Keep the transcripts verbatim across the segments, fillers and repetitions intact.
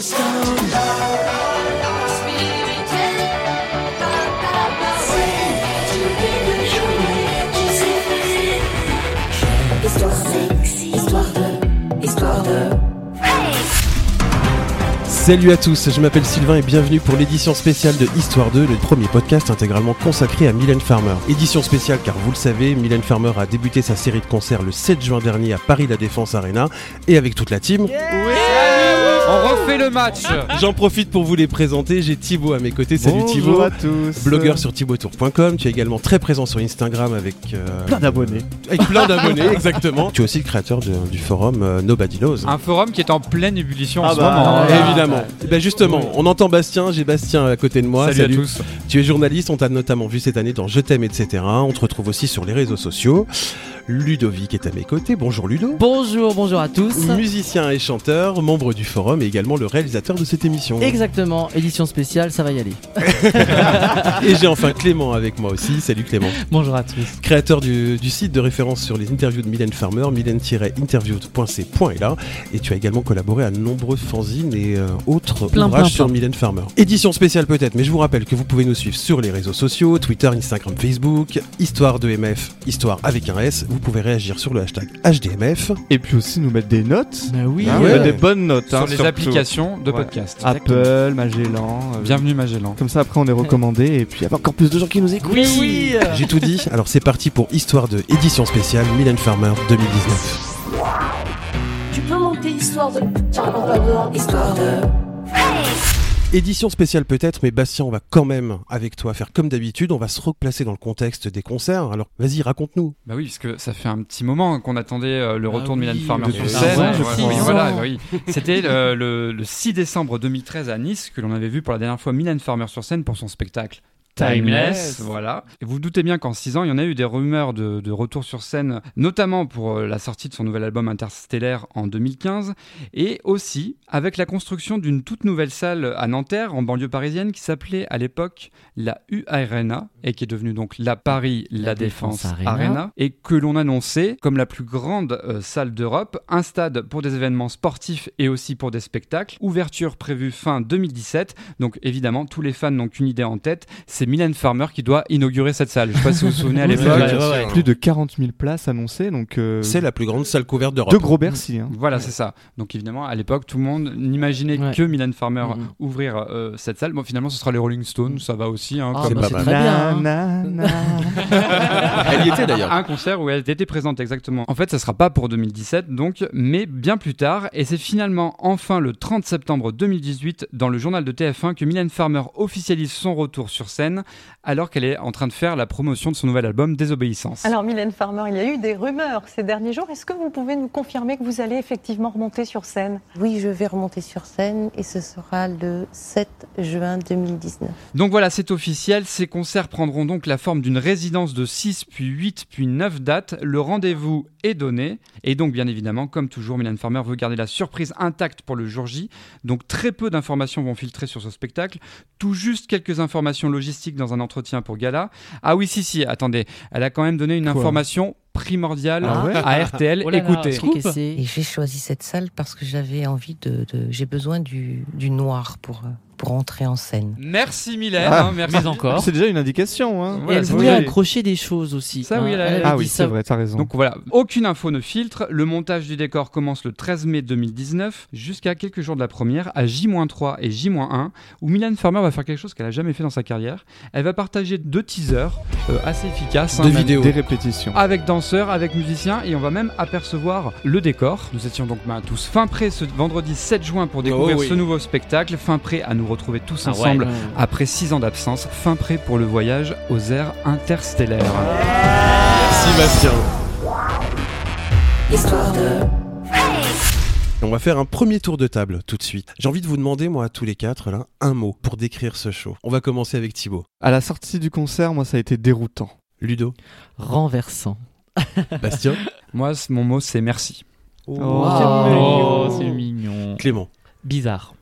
Salut à tous, je m'appelle Sylvain et bienvenue pour l'édition spéciale de Histoire deux, le premier podcast intégralement consacré à Mylène Farmer. Édition spéciale car vous le savez, Mylène Farmer a débuté sa série de concerts le sept juin dernier à Paris La Défense Arena et avec toute la team. Yeah oui, on refait le match. J'en profite pour vous les présenter, j'ai Thibaut à mes côtés. Salut Bonjour Thibaut. à tous. Blogueur sur thibaut tour point com, tu es également très présent sur Instagram avec euh... plein d'abonnés. Avec plein d'abonnés, exactement. Tu es aussi le créateur de, du forum euh, Nobody Knows. Un forum qui est en pleine ébullition ah en bah, ce moment. Ah, évidemment. Et ben justement, oui. On entend Bastien, j'ai Bastien à côté de moi. Salut, Salut à tous. Tu es journaliste, on t'a notamment vu cette année dans Je t'aime, et cetera. On te retrouve aussi sur les réseaux sociaux. Ludovic est à mes côtés. Bonjour Ludo. Bonjour, bonjour à tous. Musicien et chanteur, membre du forum et également le réalisateur de cette émission. Exactement, édition spéciale, ça va y aller. Et j'ai enfin Clément avec moi aussi. Salut Clément. Bonjour à tous. Créateur du, du site de référence sur les interviews de Mylène Farmer, mylène tiret interviews point c point l a. Et tu as également collaboré à nombreux fanzines et euh, autres plein, ouvrages plein, sur plein. Mylène Farmer. Édition spéciale peut-être, mais je vous rappelle que vous pouvez nous suivre sur les réseaux sociaux, Twitter, Instagram, Facebook, Histoire de M F, Histoire avec un S. Vous pouvez réagir sur le hashtag H D M F. Et puis aussi nous mettre des notes. Bah oui. Ah ouais. Des bonnes notes. Sur hein, les surtout. applications de ouais. podcast. Apple, Magellan. Euh, Bienvenue Magellan. Comme ça après on est recommandé et puis il y a encore plus de gens qui nous écoutent. Oui, oui. J'ai tout dit, alors c'est parti pour Histoire de édition spéciale Mylène Farmer deux mille dix-neuf. Tu peux monter Histoire de... Tiens, on va voir Histoire de... Édition spéciale peut-être, mais Bastien, on va quand même, avec toi, faire comme d'habitude. On va se replacer dans le contexte des concerts. Alors, vas-y, raconte-nous. Bah oui, parce que ça fait un petit moment qu'on attendait euh, le retour ah de Mylène oui, Farmer sur ah scène. ouais, Ouais, je ouais, crois. oui, voilà, oui. C'était le, le, le six décembre deux mille treize à Nice que l'on avait vu pour la dernière fois Mylène Farmer sur scène pour son spectacle Timeless, voilà. Et vous vous doutez bien qu'en six ans, il y en a eu des rumeurs de, de retour sur scène, notamment pour la sortie de son nouvel album Interstellaire en deux mille quinze, et aussi avec la construction d'une toute nouvelle salle à Nanterre, en banlieue parisienne, qui s'appelait à l'époque la U Arena, et qui est devenue donc la Paris La, la Défense, Défense Arena. Arena, et que l'on annonçait comme la plus grande euh, salle d'Europe, un stade pour des événements sportifs et aussi pour des spectacles, ouverture prévue fin deux mille dix-sept, donc évidemment, tous les fans n'ont qu'une idée en tête, c'est Mylène Farmer qui doit inaugurer cette salle. Je ne sais pas si vous vous souvenez à l'époque. Ouais, ouais, ouais. Plus de quarante mille places annoncées. Donc, euh, c'est la plus grande salle couverte d'Europe. De gros Bercy. Hein. Voilà, c'est ça. Donc évidemment, à l'époque, tout le monde n'imaginait ouais. que Mylène Farmer mmh. ouvrir euh, cette salle. Bon, finalement, ce sera les Rolling Stones. Ça va aussi. Hein, ah, comme bah, c'est très bien. Na, na, Elle y était d'ailleurs. Un concert où elle était présente, exactement. En fait, ça ne sera pas pour deux mille dix-sept, donc, mais bien plus tard. Et c'est finalement, enfin, le trente septembre deux mille dix-huit, dans le journal de T F un, que Mylène Farmer officialise son retour sur scène, alors qu'elle est en train de faire la promotion de son nouvel album Désobéissance. Alors Mylène Farmer, il y a eu des rumeurs ces derniers jours. Est-ce que vous pouvez nous confirmer que vous allez effectivement remonter sur scène ? Oui, je vais remonter sur scène et ce sera le sept juin deux mille dix-neuf. Donc voilà, c'est officiel. Ces concerts prendront donc la forme d'une résidence de six, puis huit, puis neuf dates. Le rendez-vous est donné. Et donc bien évidemment, comme toujours, Mylène Farmer veut garder la surprise intacte pour le jour J. Donc très peu d'informations vont filtrer sur ce spectacle. Tout juste quelques informations logistiques dans un entretien pour Gala. Ah oui, si, si, attendez. Elle a quand même donné une Quoi information primordiale ah ouais à R T L. Oh là là, écoutez. Et j'ai choisi cette salle parce que j'avais envie de... de j'ai besoin du, du noir pour... pour entrer en scène. Merci Mylène, ah, hein, merci mais encore. C'est déjà une indication. Hein. Voilà, elle voulait accrocher des choses aussi. Ça, oui, elle a, elle ah oui, c'est ça. Vrai, t'as raison. Donc voilà, aucune info ne filtre. Le montage du décor commence le treize mai deux mille dix-neuf, jusqu'à quelques jours de la première, à J trois et J un, où Mylène Farmer va faire quelque chose qu'elle n'a jamais fait dans sa carrière. Elle va partager deux teasers euh, assez efficaces. Deux hein, vidéos. Des répétitions. Avec danseurs, avec musiciens, et on va même apercevoir le décor. Nous étions donc bah, tous fin prêts ce vendredi sept juin pour découvrir oh, oui. ce nouveau spectacle, fin prêts à nous retrouver tous ah, ensemble. Ouais. Après six ans d'absence, fin prêt pour le voyage aux airs interstellaires. Merci Bastien. Histoire de... On va faire un premier tour de table tout de suite. J'ai envie de vous demander, moi, à tous les quatre, là, un mot pour décrire ce show. On va commencer avec Thibaut. À la sortie du concert, moi, ça a été déroutant. Ludo. Renversant. Bastien. Moi, mon mot, c'est merci. Oh, oh, c'est mignon. Clément. Bizarre.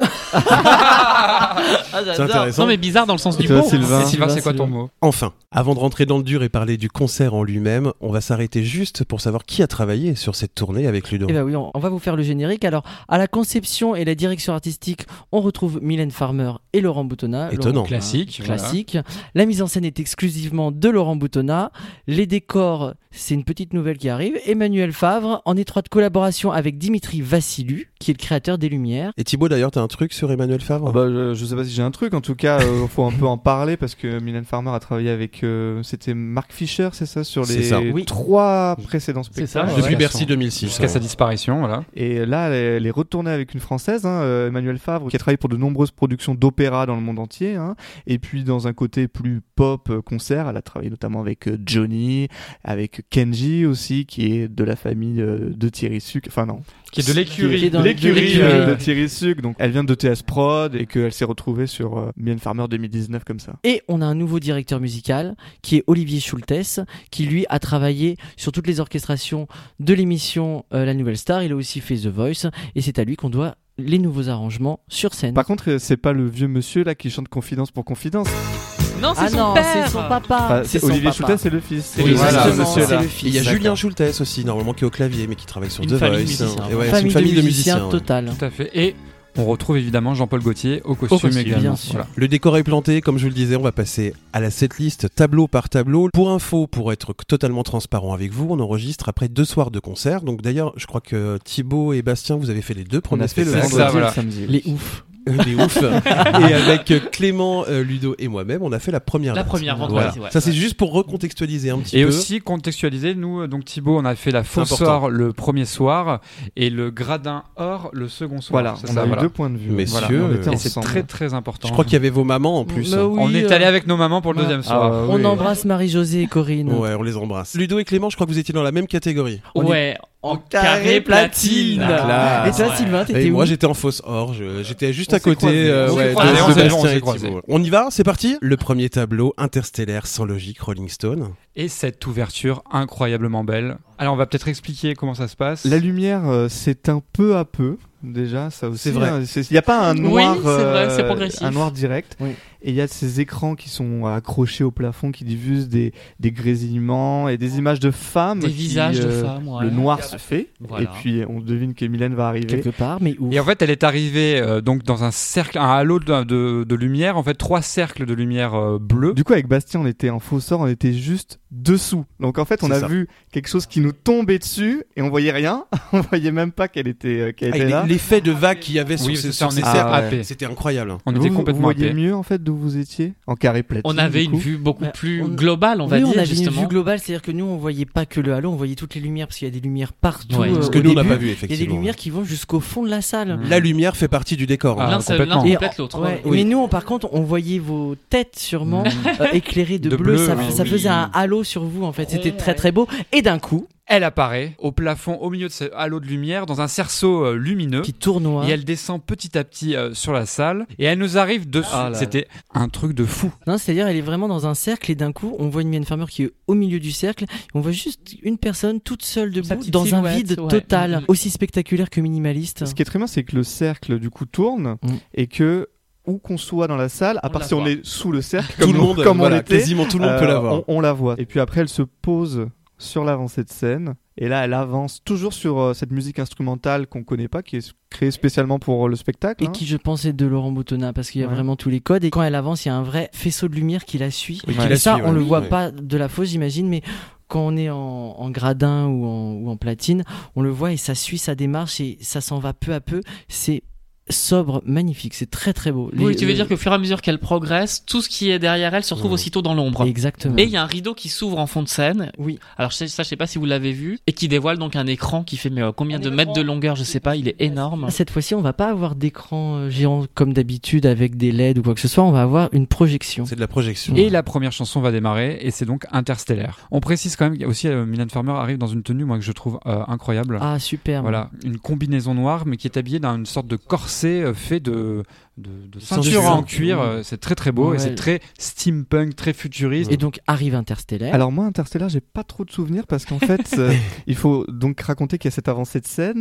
Ah, j'adore. C'est intéressant. Non, mais bizarre dans le sens Et du toi, mot. Sylvain Sylvain, c'est quoi Sylvain. ton mot? Enfin, avant de rentrer dans le dur et parler du concert en lui-même, on va s'arrêter juste pour savoir qui a travaillé sur cette tournée avec Ludo. Eh ben oui, on, on va vous faire le générique. Alors, à la conception et la direction artistique, on retrouve Mylène Farmer et Laurent Boutonnat. Étonnant. Laurent- Classique. Classique. La mise en scène est exclusivement de Laurent Boutonnat. Les décors, c'est une petite nouvelle qui arrive. Emmanuel Favre, en étroite collaboration avec Dimitri Vassilou, qui est le créateur des Lumières. Et Thibaut, d'ailleurs, t'as un truc sur Emmanuel Favre? Ah bah, je, je sais pas si j'ai un truc, en tout cas, il faut un peu en parler parce que Mylène Farmer a travaillé avec. euh, C'était Mark Fisher, c'est ça, sur C'est les ça. Oui. trois précédents C'est spectacles. ça, Depuis ouais. Bercy deux mille six. Jusqu'à sa disparition, voilà. Et là, elle est, elle est retournée avec une française, hein, euh, Emmanuel Favre, qui a travaillé pour de nombreuses productions d'opéra dans le monde entier. Hein, et puis, dans un côté plus pop euh, concert, elle a travaillé notamment avec euh, Johnny, avec Kenji aussi, qui est de la famille euh, de Thierry Suc. Enfin, non. Qui est de Qui est l'écurie. dans- L'écurie de l'écurie, euh, ouais. de Thierry Suc. Donc, elle vient de T S Prod et qu'elle s'est retrouvée sur euh, Mylène Farmer deux mille dix-neuf comme ça. Et on a un nouveau directeur musical qui est Olivier Schultes, qui lui a travaillé sur toutes les orchestrations de l'émission euh, La Nouvelle Star. Il a aussi fait The Voice et c'est à lui qu'on doit les nouveaux arrangements sur scène. Par contre, euh, c'est pas le vieux monsieur là qui chante confidence pour confidence. Non, c'est ah son non, père. c'est son papa. Enfin, c'est c'est son Olivier papa. Schultes, c'est le fils. Oui, voilà, exactement, ce monsieur-là. c'est le Et fils. il y a D'accord. Julien Schultes aussi, normalement, qui est au clavier, mais qui travaille sur Une The famille Voice. de musiciens. Et ouais, c'est famille, une famille de de musiciens musiciens. ouais. totale. Tout à fait. Et on retrouve évidemment Jean-Paul Gaultier au costume, costume, également. bien sûr. Voilà. Le décor est planté, comme je vous le disais, on va passer à la setlist tableau par tableau. Pour info, pour être totalement transparent avec vous, on enregistre après deux soirs de concert. Donc d'ailleurs, je crois que Thibaut et Bastien, vous avez fait les deux On premiers a fait le C'est spectacles. ça, vendredi et voilà. le samedi. Les ouf. Les ouf. Et avec Clément, euh, Ludo et moi-même, on a fait la première. La date. première vendredi, Voilà. ouais. Ça c'est juste pour recontextualiser un petit Et peu. aussi contextualiser, nous, euh, donc Thibaut, on a fait la fausse important. or le premier soir et le gradin or le second soir. Voilà, C'est on ça, a eu voilà. deux points de vue. Messieurs, Voilà, on était Et c'est ensemble. très très important. Je crois qu'il y avait vos mamans en plus. Bah hein. oui, On est euh, allé avec nos mamans pour le ouais. deuxième Ah, soir. ouais, On oui. embrasse Marie-Josée et Corinne. Ouais, on les embrasse. Ludo et Clément, je crois que vous étiez dans la même catégorie. On Ouais, en carré carré platine. platine. Ah, Et toi, ouais. Sylvain, t'étais Et où moi j'étais en fausse or, je- j'étais juste On à s'est côté croisés. euh, On s'est ouais, de croisés, on s'est- on Sébastien s'est et croisés. Thibaut. On y va, c'est parti. Le premier tableau, Interstellaire, sans logique, Rolling Stone. Et cette ouverture incroyablement belle. Alors on va peut-être expliquer comment ça se passe. La lumière euh, s'éteint peu à peu. Déjà, ça aussi. C'est vrai. hein. C'est- Il n'y a pas un Oui, noir, c'est vrai, c'est euh, progressif. un noir direct. Oui. Et il y a ces écrans qui sont accrochés au plafond, qui diffusent des, des grésillements et des images de femmes. Des qui, visages de euh, femmes, ouais. Le noir se fait. Voilà. Et puis on devine que Mylène va arriver. quelque part, mais où Et en fait, elle est arrivée euh, donc dans un cercle, un halo de, de, de lumière. En fait, trois cercles de lumière euh, bleue. Du coup, avec Bastien, on était en faux sort, on était juste dessous. Donc en fait, on C'est a ça. vu quelque chose qui nous tombait dessus et on voyait rien. On voyait même pas qu'elle était, euh, qu'elle Ah, était et là. l'effet de vague qu'il y avait sur Oui, ces, c'est ça, sur on ces était cercles, Ah, happés. c'était incroyable. On vous, était vous complètement voyez happés. mieux en fait d'où vous étiez en carré platine. On avait du une coup. vue beaucoup Bah, plus on- globale, on va oui, dire, on avait justement. une vue globale, c'est-à-dire que nous on voyait pas que le halo, on voyait toutes les lumières parce qu'il y a des lumières partout. Ouais. euh, Ce au que nous on n'a début. pas vu Il y a effectivement. des lumières qui vont jusqu'au fond de la salle. Mmh. La lumière fait partie du décor. Ah, hein. L'un se- complètement. l'un Et- complète l'autre. Ouais, Oui. Mais nous, on, par contre, on voyait vos têtes sûrement euh, éclairées de, De bleu. bleu, Ça, oui. ça Oui. faisait un halo sur vous, en fait. C'était Ouais. très très beau. Et d'un coup, Elle apparaît au plafond, au milieu de ce halo de lumière, dans un cerceau euh, lumineux. qui tournoie. Et elle descend petit à petit euh, sur la salle. Et elle nous arrive dessus. Ah là là. C'était un truc de fou. Non, c'est-à-dire, elle est vraiment dans un cercle et d'un coup, on voit une Mylène Farmer qui est au milieu du cercle. Et on voit juste une personne toute seule Sa debout petite dans un silhouette, vide ouais. total, Mhm. aussi spectaculaire que minimaliste. Ce qui est très bien, c'est que le cercle du coup tourne Mm. et que où qu'on soit dans la salle, à On part la si on voit. est sous le cercle, Tout comme, le on- monde, comme voilà, on était, quasiment tout le monde peut euh, la voir. On, on la voit. Et puis après, elle se pose sur l'avancée de scène. Et là, elle avance toujours sur euh, cette musique instrumentale qu'on connaît pas, qui est créée spécialement pour euh, le spectacle. Et hein. qui, je pense, est de Laurent Boutonnat parce qu'il y a Ouais. vraiment tous les codes. Et quand elle avance, il y a un vrai faisceau de lumière qui la suit. Oui, qui Ouais. Et la ça, suit, on ouais. le voit Ouais. pas de la fausse, j'imagine, mais quand on est en, en gradin ou en, ou en platine, on le voit et ça suit sa démarche et ça s'en va peu à peu. C'est sobre, magnifique, c'est très très beau. Oui, Les- tu veux le- dire qu'au fur et à mesure qu'elle progresse, tout ce qui est derrière elle se retrouve Ouais. aussitôt dans l'ombre. Exactement. Et il y a un rideau qui s'ouvre en fond de scène. Oui. Alors je sais- ça, je sais pas si vous l'avez vu, et qui dévoile donc un écran qui fait mais, euh, combien de mètres de longueur, je sais pas, il est énorme. Cette fois-ci, on va pas avoir d'écran euh, géant comme d'habitude avec des L E D ou quoi que ce soit, on va avoir une projection. C'est de la projection. Et la première chanson va démarrer, et c'est donc Interstellaire. On précise quand même qu'il y a aussi euh, Mylène Farmer arrive dans une tenue, moi, que je trouve euh, incroyable. Ah, super. Voilà, une combinaison noire, mais qui est habillée d'une sorte de corset euh, fait de, de, de Ceinture. ceinture en cuir. Oui. euh, C'est très très beau, Ouais. et c'est très steampunk, très futuriste. Et donc arrive Interstellaire. Alors moi, Interstellar, j'ai pas trop de souvenirs parce qu'en fait, euh, il faut donc raconter qu'il y a cette avancée de scène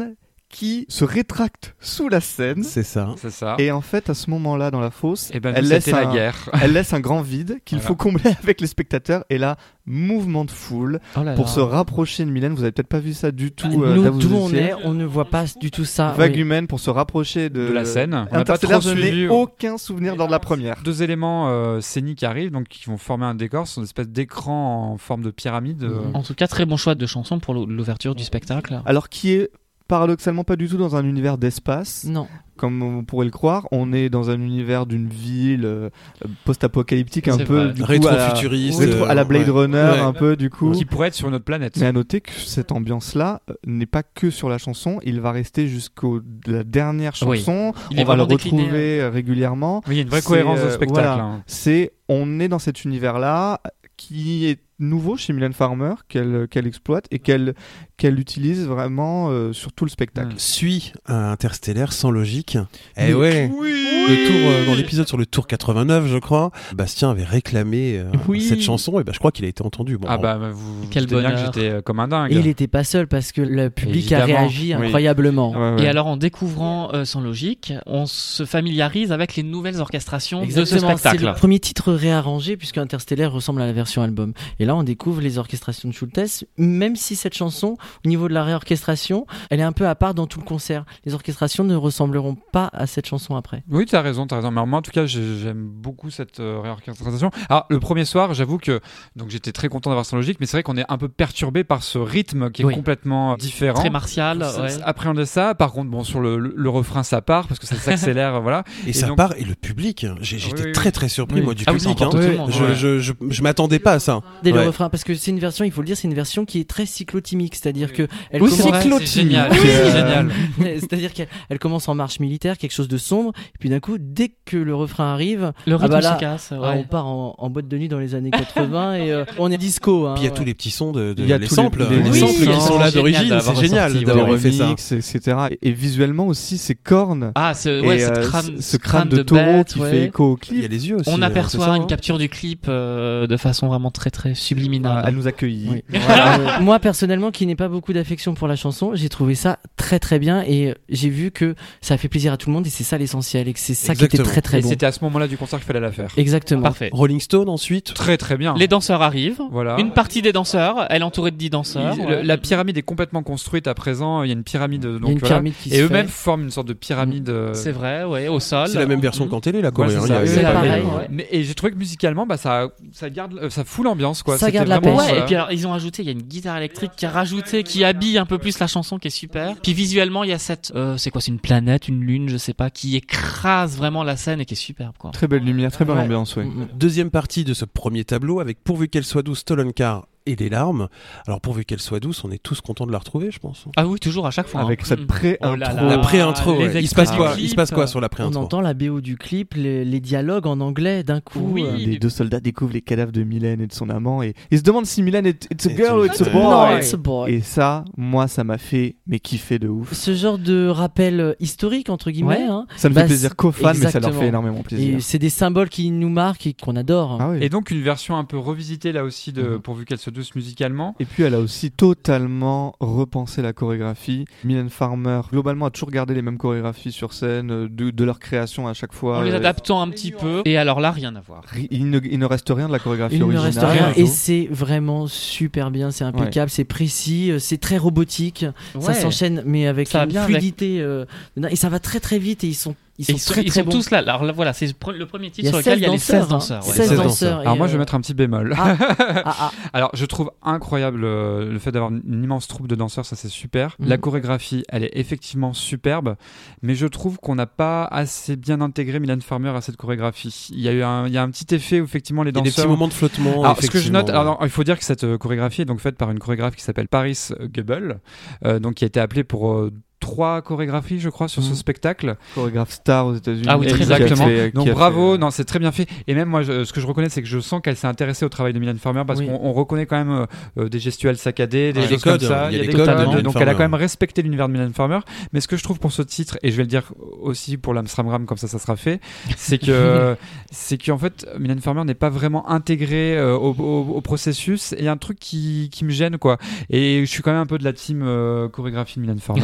qui se rétracte sous la scène. C'est ça. C'est ça. Et en fait, à ce moment-là, dans la fosse, Et ben, elle, nous, laisse c'était un, la guerre. elle laisse un grand vide qu'il Voilà. faut combler avec les spectateurs. Et là, mouvement de foule Oh là pour là. se rapprocher de Mylène. Vous avez peut-être pas vu ça du tout. Bah, euh, nous, là, vous d'où on étiez. est, on ne voit pas du tout ça. Vague oui. humaine pour se rapprocher de, De la scène. On n'a pas Interstellaire, trop je n'ai suivi. aucun souvenir lors de la première. Deux éléments euh, scéniques arrivent, donc qui vont former un décor. Ce sont une espèce d'écran en forme de pyramide. euh, En tout cas, très bon choix de chanson pour l'ou- l'ouverture du spectacle. Alors qui est paradoxalement pas du tout dans un univers d'espace, Non. comme on pourrait le croire. On est dans un univers d'une ville euh, post-apocalyptique un C'est peu vrai. du coup, à la, Rétro-futuriste. rétro- à la Blade Ouais. Runner Ouais. un peu du coup. Qui pourrait être sur une autre planète. Mais à noter que cette ambiance-là euh, n'est pas que sur la chanson, il va rester jusqu'au de la dernière Oui. chanson. Il On est va le vraiment décliné, retrouver euh, régulièrement. Oui, il y a une vraie C'est, cohérence de euh, spectacle. voilà. hein. C'est on est dans cet univers-là qui est nouveau chez Mylène Farmer, qu'elle qu'elle exploite et qu'elle qu'elle utilise vraiment euh, sur tout le spectacle. Suit un Interstellaire sans logique. Eh Mais- ouais. Le tour euh, dans l'épisode sur le tour quatre-vingt-neuf, je crois, Bastien avait réclamé euh, Oui. cette chanson et bah, je crois qu'il a été entendu. Bon, Ah bon. bah, bah, vous Quel vous doutez bien que bonheur. j'étais euh, comme un dingue. Et il n'était pas seul parce que le public a Évidemment. réagi Oui. incroyablement. Ouais, ouais. Et alors, en découvrant euh, Sans Logique, on se familiarise avec les nouvelles orchestrations de ce Exactement, c'est spectacle. le premier titre réarrangé puisque Interstellaire ressemble à la version album. Et là, on découvre les orchestrations de Schultes, même si cette chanson, au niveau de la réorchestration, elle est un peu à part dans tout le concert. Les orchestrations ne ressembleront pas à cette chanson après. Oui, tu as raison, tu as raison. Mais moi, en tout cas, j'ai- j'aime beaucoup cette euh, réorchestration. Alors, le premier soir, j'avoue que donc j'étais très content d'avoir Sans Logique, mais c'est vrai qu'on est un peu perturbé par ce rythme qui est Oui. complètement différent. Très martial. Ça- ouais. ça- Appréhender ça. Par contre, bon, sur le, le, le refrain, ça part parce que ça s'accélère, voilà. Et, et ça donc- part, et le public, hein, j'ai- j'étais Oui, oui, très oui. très surpris Oui. moi du Ah oui, public. ça emporte hein. tout le monde, Je, ouais. je, je, je m'attendais pas à ça. Dès Ouais. le refrain, parce que c'est une version, il faut le dire, c'est une version qui est très cyclotimique, c'est-à-dire que elle Oui, c'est commence, vrai, C'est génial. Oui. C'est génial. c'est-à-dire qu'elle elle commence en marche militaire, quelque chose de sombre, et puis d'un coup, dès que le refrain arrive, Le rythme bah là, se casse. ah, ouais. on part en, en boîte de nuit dans les années quatre-vingts et euh, on est disco. Hein, Puis il y a ouais. tous les petits sons de, de Il y a les tous les- samples, les- les les samples samples qui sont là génial d'origine, d'avoir c'est génial ressorti, d'avoir ouais. fait ça. remix, et cetera. Et, et visuellement aussi, ces cornes Ah, ce, ouais, et cette euh, crâne, ce- ce ce crâne de, taureau bête, qui ouais. fait écho au Il y a clip. les yeux aussi. On euh, c'est aperçoit ça, une hein. capture du clip euh, de façon vraiment très très subliminale. Elle nous accueille. Oui. Euh, moi personnellement, qui n'ai pas beaucoup d'affection pour la chanson, j'ai trouvé ça très très bien et j'ai vu que ça a fait plaisir à tout le monde et c'est ça l'essentiel et que c'est ça qui Exactement. était très très Et bon. c'était à ce moment-là du concert qu'il fallait la faire. Exactement. Parfait. Rolling Stone ensuite. Très très bien. Les danseurs arrivent. Voilà. Une partie des danseurs, elle est entourée de dix danseurs. Il- ouais. le- La pyramide est complètement construite à présent. Il y a une pyramide. Donc Il y a une voilà. pyramide qui Et se eux-mêmes fait. forment une sorte de pyramide. euh, C'est vrai, ouais, au sol. C'est la même version Mhm. qu'en télé, la Ouais, Corée. c'est hein, ça. il y a- C'est il y a pas- pareil. Ouais. Mais, et j'ai trouvé que musicalement, bah, ça, ça, garde, euh, ça fout l'ambiance. Quoi. Ça C'était garde la vraiment, pêche. Ouais, voilà. et puis alors, ils ont ajouté, il y a une guitare électrique qui a rajouté, qui habille un peu plus la chanson, qui est super. Puis visuellement, il y a cette, euh, c'est quoi, c'est une planète, une lune, je sais pas, qui écrase vraiment la scène et qui est superbe, quoi. Très belle lumière, très belle Ouais. ambiance, ouais. Mm, mm. Deuxième partie de ce premier tableau avec Pourvu qu'elle soit douce, Stolen Car et les larmes. Alors pourvu qu'elle soit douce, on est tous contents de la retrouver, je pense. Ah oui, toujours à chaque fois. Avec hein. cette Mm. pré-intro. Oh là là. La pré-intro, les ouais. il se passe extraits quoi du Il se passe quoi clip. sur la On pré-intro entend la B O du clip, les, les dialogues en anglais d'un coup. Oui. euh, Les deux soldats découvrent les cadavres de Mylène et de son amant et ils se demandent si Mylène est it's a It's girl a- or it's a it's a- boy. No, it's a boy. Et ça, moi, ça m'a fait mais kiffer de ouf. Ce genre de rappel euh, historique entre guillemets. Ouais. hein. Ça ne Bah, fait plaisir qu'aux fans, mais ça leur exactement. fait énormément plaisir. Et c'est des symboles qui nous marquent et qu'on adore. Ah oui. Et donc une version un peu revisitée là aussi de Mhm. Pourvu qu'elle soit douce musicalement. Et puis elle a aussi totalement repensé la chorégraphie. Mylène Farmer, globalement, a toujours gardé les mêmes chorégraphies sur scène, euh, de, de leur création à chaque fois. En les Euh, adaptant un petit peu. Et alors là, rien à voir. ri- Il ne, il ne reste rien de la chorégraphie Il ne originale. reste rien du et tout. c'est vraiment super bien, c'est impeccable, c'est précis, euh, c'est très robotique, ça Ouais. s'enchaîne mais avec Ça va une bien avec- fluidité euh, et ça va très très vite et ils sont ils sont Et ils sont, très ils très sont bons. tous là. Alors là, voilà, c'est le pre- le premier Il titre y a sur lequel il y a les seize seize danseurs. danseurs, ouais. seize seize danseurs. Alors et, moi je vais euh, mettre un petit bémol. ah, ah, ah. Alors je trouve incroyable euh, le fait d'avoir une immense troupe de danseurs, ça c'est super. Mhm. La chorégraphie, elle est effectivement superbe, mais je trouve qu'on n'a pas assez bien intégré Mylène Farmer à cette chorégraphie. Il y a eu un, il y a un petit effet où effectivement les Il y a des danseurs. petits moments de flottement. Alors, ce que je note, effectivement. alors, il faut dire que cette euh, chorégraphie est donc faite par une chorégraphe qui s'appelle Paris Goebel, euh, donc qui a été appelée pour euh, trois chorégraphies, je crois, sur ce Mhm. spectacle. Chorégraphe star aux États-Unis. Ah oui, très qui a exactement. fait- qui Donc a bravo, fait- non, c'est très bien fait. Et même moi, je- ce que je reconnais, c'est que je sens qu'elle s'est intéressée au travail de Mylène Farmer parce Oui. qu'on on reconnaît quand même euh, euh, des gestuels saccadés, des Ah, choses des comme codes, ça. il y a des des codes de codes. Mylène Donc elle a Farmer. quand même respecté l'univers de Mylène Farmer. Mais ce que je trouve pour ce titre, et je vais le dire aussi pour l'Amstramgram, comme ça, ça sera fait, c'est que c'est qu'en fait, Mylène Farmer n'est pas vraiment intégrée euh, au, au- au processus. Et il y a un truc qui, qui me gêne, quoi. Et je suis quand même un peu de la team euh, chorégraphie de Mylène Farmer. Moi, je,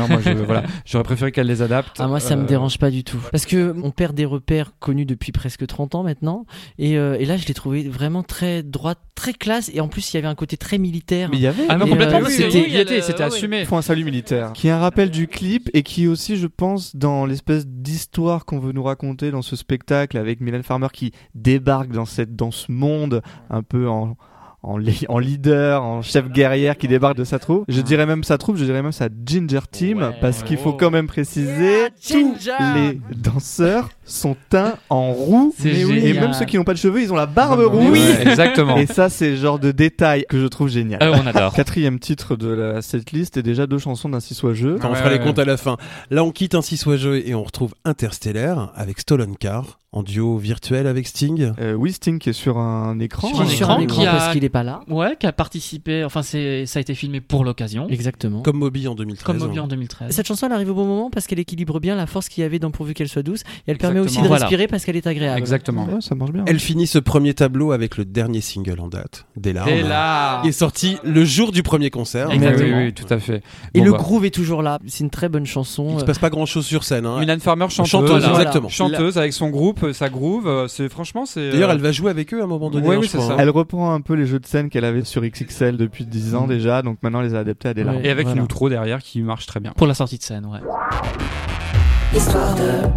voilà, j'aurais préféré qu'elle les adapte. Ah, moi, ça Euh, me dérange pas du tout. Parce que on perd des repères connus depuis presque trente ans maintenant. Et, euh, et là, je l'ai trouvé vraiment très droite, très classe. Et en plus, il y avait un côté très militaire. Mais il y avait. Ah non, Et, complètement, euh, parce c'était- que oui, il y était, elle, c'était euh, assumé. Ils font un salut militaire, qui est un rappel du clip et qui est aussi, je pense, dans l'espèce d'histoire qu'on veut nous raconter dans ce spectacle avec Mylène Farmer qui débarque dans cette dans ce monde un peu en en, li- en leader, en chef guerrière qui débarque de sa troupe. Je dirais même sa troupe, je dirais même sa Ginger Team, Ouais. parce qu'il faut Oh. quand même préciser, Yeah, tous Ginger. les danseurs sont teints en roux. C'est Et génial. même ceux qui n'ont pas de cheveux, ils ont la barbe rouge. Oui, exactement. Et ça, c'est le genre de détail que je trouve génial. Euh, on adore. Quatrième titre de la setlist et déjà deux chansons d'Ainsi soit jeu. Enfin, on Ouais, fera les ouais. comptes à la fin. Là, on quitte Ainsi soit jeu et on retrouve Interstellaire avec Stolen Car en duo virtuel avec Sting. Euh, oui, Sting qui est sur un écran. Qui est un sur écran un écran qui a- parce qu'il est pas là. Ouais, qui a participé. Enfin, c'est, ça a été filmé pour l'occasion. Exactement. Comme Moby en deux mille treize. Comme Moby en deux mille treize. Cette chanson, elle arrive au bon moment parce qu'elle équilibre bien la force qu'il y avait dans Pourvu qu'elle soit douce. Et elle permet aussi de Exactement. Voilà. respirer parce qu'elle est agréable. Exactement. Ouais, ça marche bien. Elle finit ce premier tableau avec le dernier single en date, Des larmes, Et là. qui est sorti le jour du premier concert. Oui, Exactement. oui, oui, tout à fait. Et Bon, le bah, groove est toujours là. C'est une très bonne chanson. Il se passe pas grand chose sur scène. Hein. Mylène Farmer chanteuse, Chanteuse, voilà. exactement. chanteuse avec son groupe, euh, sa groove, euh, c'est franchement c'est. D'ailleurs, euh, elle va jouer avec eux à un moment donné. Oui, hein, oui, je c'est crois, ça. hein. Elle reprend un peu les jeux de scène qu'elle avait sur X X L depuis dix ans Mm. déjà, donc maintenant elle les a adaptés à des Ouais. larmes. Et avec Voilà. une outro derrière qui marche très bien. Pour la sortie de scène, ouais. Histoire de...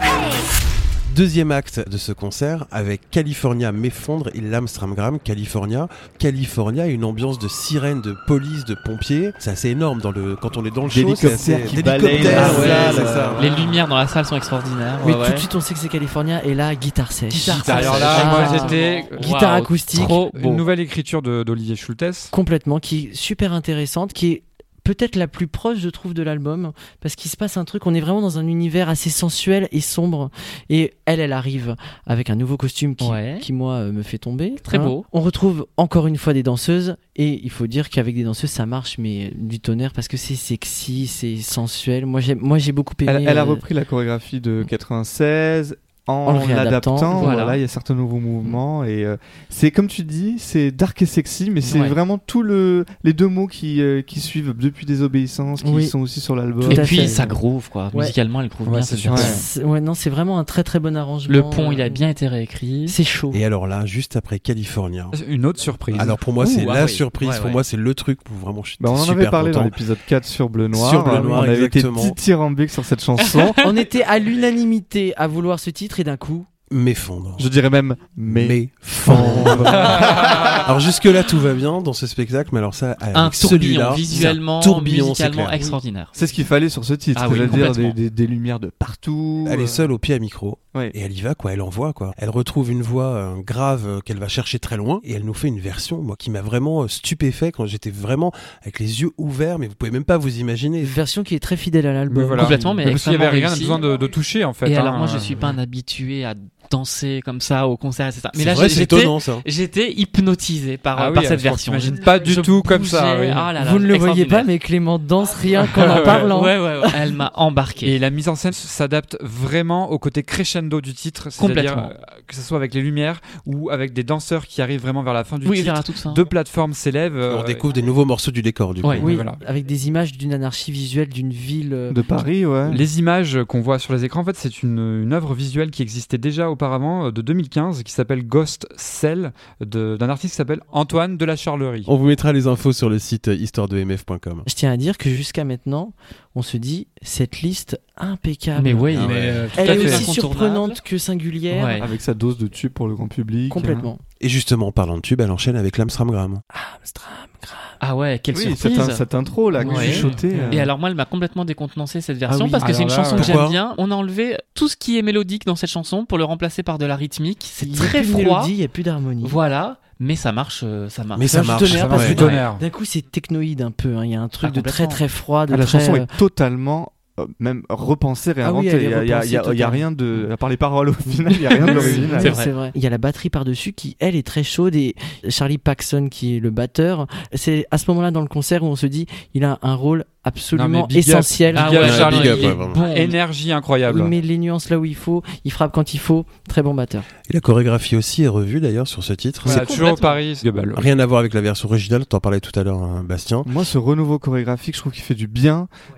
Deuxième acte de ce concert avec California m'effondre et l'Amstramgram California. California, une ambiance de sirène, de police, de pompiers. C'est assez énorme dans le quand on est dans le show. C'est assez... D'hélicoptères qui D'hélicoptères, balayent la ouais, salle. c'est ça. Les lumières dans la salle sont extraordinaires. Mais ouais, tout ouais. de suite, on sait que c'est California. Et là, guitare sèche. Guitare Alors sèche. là, Ah. moi j'étais Guitare Waouh, acoustique. Trop une beau. nouvelle écriture de- d'Olivier Schultes. Complètement, qui est super intéressante, qui est peut-être la plus proche, je trouve, de l'album, parce qu'il se passe un truc, on est vraiment dans un univers assez sensuel et sombre, et elle, elle arrive avec un nouveau costume qui, Ouais. qui moi, euh, me fait tomber. Très beau. On retrouve encore une fois des danseuses, et il faut dire qu'avec des danseuses, ça marche, mais du tonnerre, parce que c'est sexy, c'est sensuel. Moi, j'ai, moi, j'ai beaucoup aimé. Elle, elle a euh, repris la chorégraphie de quatre-vingt-seize en, En le réadaptant, l'adaptant. voilà. Voilà, il y a certains nouveaux mouvements et euh, c'est comme tu dis, c'est dark et sexy, mais c'est Ouais. vraiment tout le les deux mots qui euh, qui suivent depuis Désobéissance, qui Oui. sont aussi sur l'album. Tout Et à puis fait. ça groove, quoi. Ouais. Musicalement, elle groove Ouais, bien. c'est c'est sûr. bien. Ouais. c'est- ouais, non, c'est vraiment un très très bon arrangement. Le pont, il a euh, bien été réécrit. C'est chaud. Et alors là, juste après California. Une autre surprise. Alors pour moi, Ouh, c'est ah la oui. surprise. Ouais, pour ouais. moi, c'est le truc où vraiment je suis Bah, on en super avait parlé content. dans l'épisode quatre sur Bleu Noir. Sur Bleu Noir, on avait exactement. été dithyrambique sur cette chanson. On était à l'unanimité à vouloir ce titre, et d'un coup. M'effondre. Je dirais même mais M'effondre. Alors jusque là tout va bien dans ce spectacle, mais alors ça avec Un celui-là, tourbillon, visuellement, c'est un tourbillon, c'est musicalement clair. extraordinaire. c'est ce qu'il fallait sur ce titre, Ah oui, c'est-à-dire complètement. des, des, des lumières de partout. Elle euh, est seule au pied à micro ouais. et elle y va quoi, elle envoie quoi. Elle retrouve une voix euh, grave euh, qu'elle va chercher très loin et elle nous fait une version moi qui m'a vraiment euh, stupéfait quand j'étais vraiment avec les yeux ouverts, mais vous pouvez même pas vous imaginer. Une version qui est très fidèle à l'album. Mais voilà. Complètement, mais parce qu'il y avait extrêmement rien réussi. besoin de, de toucher en fait. Et hein. alors moi je suis pas un habitué à danser comme ça au concert, et cetera. Mais C'est là vrai, j'ai- c'est j'étais, étonnant ça. j'étais hypnotisé par, Ah par oui, cette je version. t'imagine pas du Je tout comme ça, bougeais, oui. ah là là, Vous ne le voyez pas, extraordinaire. mais Clément danse rien qu'en en Ouais. parlant. Ouais, ouais, ouais. Elle m'a embarqué. Et la mise en scène s'adapte vraiment au côté crescendo du titre, Complètement. c'est-à-dire euh, que ce soit avec les lumières ou avec des danseurs qui arrivent vraiment vers la fin du Oui, titre. vers la toute fin. Deux plateformes s'élèvent. euh, On découvre des nouveaux morceaux du décor du coup. Ouais. Oui, Voilà. avec des images d'une anarchie visuelle d'une ville. euh, De Paris, ouais. Les images qu'on voit sur les écrans, en fait, c'est une, une œuvre visuelle qui existait déjà auparavant, euh, de deux mille quinze, qui s'appelle Ghost Cell, de- d'un artiste qui s'appelle Antoine de la Charlerie. On vous mettra les infos sur le site histoire de m f point com. Je tiens à dire que jusqu'à maintenant, on se dit cette liste impeccable. Mais oui, Ah Mais, ouais. euh, tout Elle à est fait. aussi Incontournable. surprenante que singulière. Ouais. Avec sa dose de tube pour le grand public. Complètement. Et justement, en parlant de tube, elle enchaîne avec l'Amstramgram. Amstram, grave. Ah ouais, quelle Oui, surprise. cette, in- cette intro là, Ouais. chuchotée. euh. Et alors moi, elle m'a complètement décontenancé cette version Ah oui. parce que c'est une Alors là, chanson que pourquoi j'aime bien. On a enlevé tout ce qui est mélodique dans cette chanson pour le remplacer par de la rythmique. C'est Il y a très plus de froid. mélodie, il n'y a plus d'harmonie. Voilà, mais ça marche, euh, ça marche. Mais ça C'est un marche. tonnerre, ça parce marche. que Du tonnerre. D'un coup, c'est technoïde un peu. hein. Il y a un truc Ah, de très complètement. très froid. De Ah, la très, chanson euh, est totalement euh, même repensée, Ah oui, réinventée. elle est Il y a- il y a, repensée il y a- il y a totalement. rien de. À part les paroles au final, il n'y a rien d'original. C'est Oui, vrai. c'est vrai. Il y a la batterie par-dessus qui, elle, est très chaude, et Charlie Paxson, qui est le batteur, c'est à ce moment-là dans le concert où on se dit, il a un rôle absolument Non, mais big up. essentiel. Big Ah up, ouais, Charlie. big up, Il est ouais, vraiment. bon. Énergie incroyable. Il met les nuances là où il faut, il frappe quand il faut, très bon batteur. Et la chorégraphie aussi est revue d'ailleurs sur ce titre. Voilà, C'est toujours complètement. Paris, Gobal. rien à voir avec la version originale, t'en parlais tout à l'heure, hein, Bastien. Moi, ce renouveau chorégraphique, je trouve qu'il fait du bien.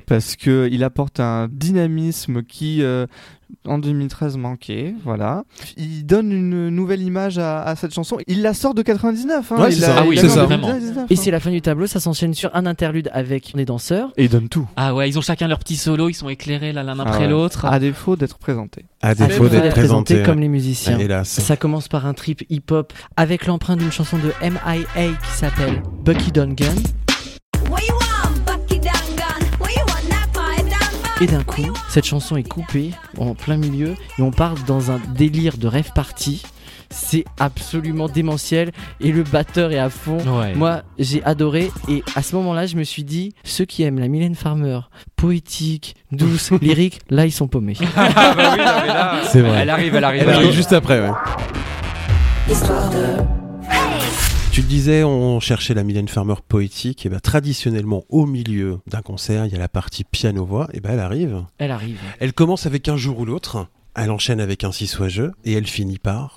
parce que il apporte un dynamisme qui euh, en deux mille treize manquait, voilà. Il donne une nouvelle image à, à cette chanson. Il la sort de quatre-vingt-dix-neuf. Hein. Ouais, il c'est la, ça. il Ah oui, la c'est sort ça. de Vraiment. quatre-vingt-dix-neuf, Et hein. c'est la fin du tableau, ça s'enchaîne sur un interlude avec des danseurs. Et il donne tout. Ah ouais, ils ont chacun leur petit solo, ils sont éclairés là, l'un après Ah ouais. l'autre. À défaut d'être présentés. À Ça défaut peut d'être être présenté. comme les musiciens. Hélas. Ça commence par un trip hip-hop avec l'empreinte d'une chanson de M I A qui s'appelle Bucky Dungan. Et d'un coup, cette chanson est coupée en plein milieu et on part dans un délire de rave party. C'est absolument démentiel et le batteur est à fond. Ouais. Moi, j'ai adoré et à ce moment-là, je me suis dit, ceux qui aiment la Mylène Farmer, poétique, douce, lyrique, là, ils sont paumés. Ah bah oui, non, mais là, C'est vrai. elle arrive, elle arrive. Elle arrive juste après, ouais. Histoire de... Tu le disais, on cherchait la Mylène Farmer poétique. Et ben traditionnellement, au milieu d'un concert, il y a la partie piano-voix. Et ben elle arrive. Elle arrive. Elle commence avec Un jour ou l'autre. Elle enchaîne avec Un si soit je. Et elle finit par...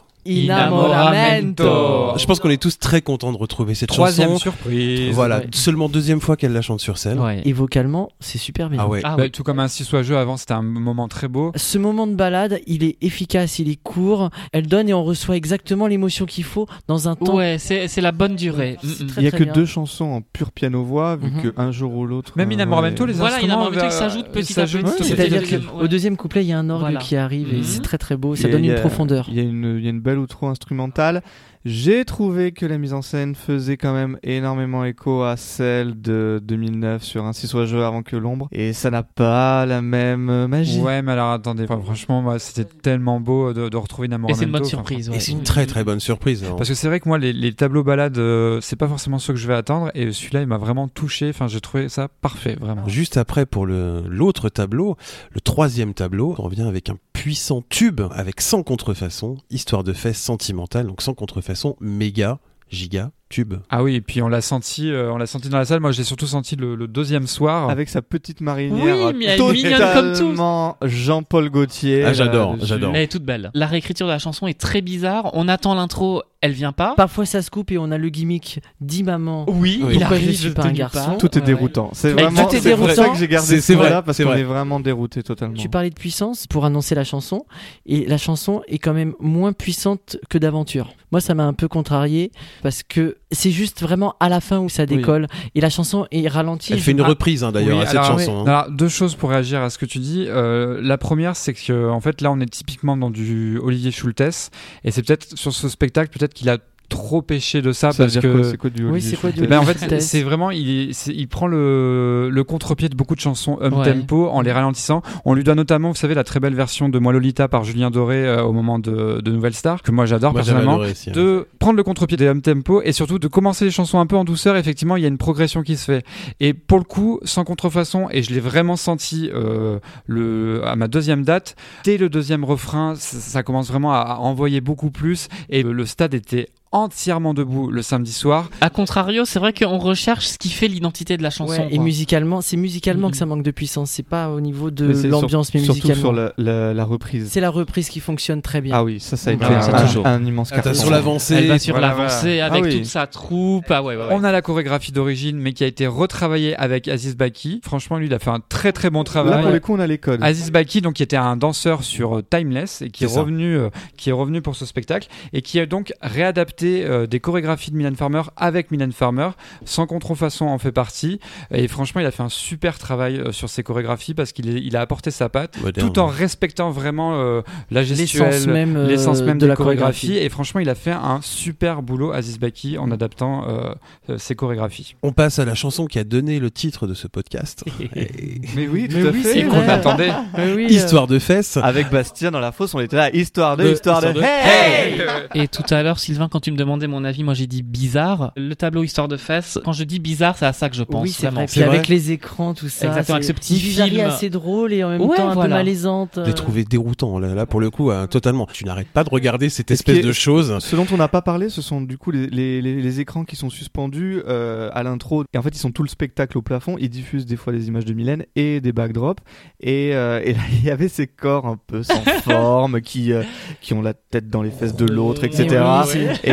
Innamoramento. Je pense qu'on est tous très contents de retrouver cette Troisième chanson. surprise. Voilà, Ouais. seulement deuxième fois qu'elle la chante sur scène. Ouais. Et vocalement, c'est super bien. Ah ouais. Ah Bah, oui. tout comme un si soit jeu avant, c'était un moment très beau. Ce moment de balade, il est efficace, il est court. Elle donne et on reçoit exactement l'émotion qu'il faut dans un temps. Ouais, c'est c'est la bonne durée. C'est Mm, mm. très, Il y a très que bien. deux chansons en pure piano-voix, vu Mhm. que un jour ou l'autre. Même euh, Innamoramento, ouais. les Voilà, instruments Innamoramento euh, qui s'ajoute petit à s'ajoutent petit. au C'est-à-dire deuxième- que- qu'au deuxième couplet, il y a un orgue Voilà. qui arrive et Mhm. c'est très très beau. Ça Et donne il y une a- profondeur. Il y a une, il y a une belle outro instrumentale. J'ai trouvé que la mise en scène faisait quand même énormément écho à celle de deux mille neuf sur Un si soit jeu avant que l'ombre. Et ça n'a pas la même euh, magie. Ouais, mais alors attendez, enfin, franchement, moi, c'était tellement beau de, de retrouver Et Innamoramento. c'est une bonne enfin, surprise. Et Ouais. c'est une très très bonne surprise. hein. Parce que c'est vrai que moi, les, les tableaux balades, euh, c'est pas forcément ceux que je vais attendre. Et celui-là, il m'a vraiment touché. Enfin, j'ai trouvé ça parfait, vraiment. Juste après, pour le, l'autre tableau, le troisième tableau, on revient avec un puissant tube avec sans contrefaçon, histoire de fesses sentimentale, donc sans contrefaçon, méga, giga, tube. Ah oui, et puis on l'a senti, euh, on l'a senti dans la salle. Moi, j'ai surtout senti le, le deuxième soir. Avec sa petite marinière Oui, mais elle est mignonne comme tout. totalement Jean-Paul Gaultier. Ah, j'adore, là-dessus. j'adore. Elle est toute belle. La réécriture de la chanson est très bizarre. On attend l'intro, elle vient pas. Parfois ça se coupe et on a le gimmick dit maman. Oui, Oui. il Pourquoi arrive je suis de pas un nulle garçon part. Tout est Ouais. déroutant. C'est Mais vraiment tout est c'est pour ça déroutant. que j'ai gardé C'est- ce c'est vrai, là parce c'est qu'on vrai. est vraiment dérouté totalement. Tu parlais de puissance pour annoncer la chanson et la chanson est quand même moins puissante que d'aventure. Moi ça m'a un peu contrarié parce que c'est juste vraiment à la fin où ça décolle et la chanson est ralentie. Elle fait une Ah, reprise hein, d'ailleurs oui, à cette alors, chanson. hein. Alors, deux choses pour réagir à ce que tu dis. Euh, la première, c'est que en fait, là, on est typiquement dans du Olivier Schultes, et c'est peut-être sur ce spectacle, peut-être qu'il a trop péché de ça, Ça veut parce dire que. quoi, c'est quoi du Oui, Olivier c'est quoi Schultes du- Eh ben, en fait, Schultes. c'est vraiment, il, est- c'est- il prend le, le contre-pied de beaucoup de chansons up Ouais. tempo en les ralentissant. On lui doit notamment, vous savez, la très belle version de Moi Lolita par Julien Doré euh, au moment de, de Nouvelle Star, que moi j'adore Moi, j'avais personnellement. adoré aussi, hein. De prendre le contre-pied des up tempo et surtout de commencer les chansons un peu en douceur. Effectivement, il y a une progression qui se fait. Et pour le coup, sans contrefaçon, et je l'ai vraiment senti euh, le, à ma deuxième date, dès le deuxième refrain, ça, ça commence vraiment à, à envoyer beaucoup plus. Et le, le stade était entièrement debout le samedi soir. A contrario, c'est vrai qu'on recherche ce qui fait l'identité de la chanson. Ouais, et quoi. musicalement, c'est musicalement Mhm. que ça manque de puissance. C'est pas au niveau de Mais c'est l'ambiance, sur- mais surtout musicalement. sur la, la, la reprise. C'est la reprise qui fonctionne très bien. Ah oui, ça, ça a été Ah, un, ça, un- toujours. un immense Ah, t'as carton. sur l'avancée. Elle va sur Voilà, l'avancée avec Ah oui. toute sa troupe. Ah ouais, ouais, ouais. On a la chorégraphie d'origine, mais qui a été retravaillée avec Aziz Baki. Franchement, lui, il a fait un très très bon Là, travail. pour les coups, on a les codes. Aziz Baki, donc qui était un danseur sur euh, Timeless et qui est, C'est ça. revenu, euh, qui est revenu pour ce spectacle et qui a donc réadapté euh, des chorégraphies de Mylène Farmer avec Mylène Farmer. Sans contrefaçon en fait partie. Et franchement, il a fait un super travail euh, sur ses chorégraphies parce qu'il est- il a apporté sa patte Moderne. tout en respectant vraiment euh, la gestuelle, L'essence même, euh, l'essence même de des la chorégraphies. chorégraphie. Et franchement, il a fait un super boulot, Aziz Baki, en adaptant euh, euh, ses chorégraphies. On passe à la chanson qui a donné le titre de ce podcast. Et- Mais oui, tout Mais à oui, fait. c'est Et qu'on vrai. attendait. Ouais, oui, euh, Histoire de fesses. Avec Bastien dans la fosse, on était là, histoire de, De- histoire de, histoire de- hey, Et tout à l'heure, Sylvain, quand tu me demandais mon avis, moi j'ai dit bizarre. Le tableau Histoire de fesses, quand je dis bizarre, c'est à ça que je pense. oui, c'est vraiment. vrai. C'est Puis avec vrai. les écrans, tout ça. Exactement, avec c'est ce petit une bizarrerie film. assez drôle et en même Ouais, temps un voilà. peu malaisante. Je l'ai trouvé déroutant là, là pour le coup, hein, totalement. Tu n'arrêtes pas de regarder cette Et ce qui espèce est- de chose. Ce dont on n'a pas parlé, ce sont du coup les, les, les, les écrans qui sont suspendus euh, à l'intro. Et en fait, ils sont tout le spectacle au plafond. Ils diffusent des fois des images de Mylène et des backdrops. Et, euh, et là, il y avait ces corps un peu sans forme qui, euh, qui ont la tête dans les fesses de l'autre, et cetera. oui, Et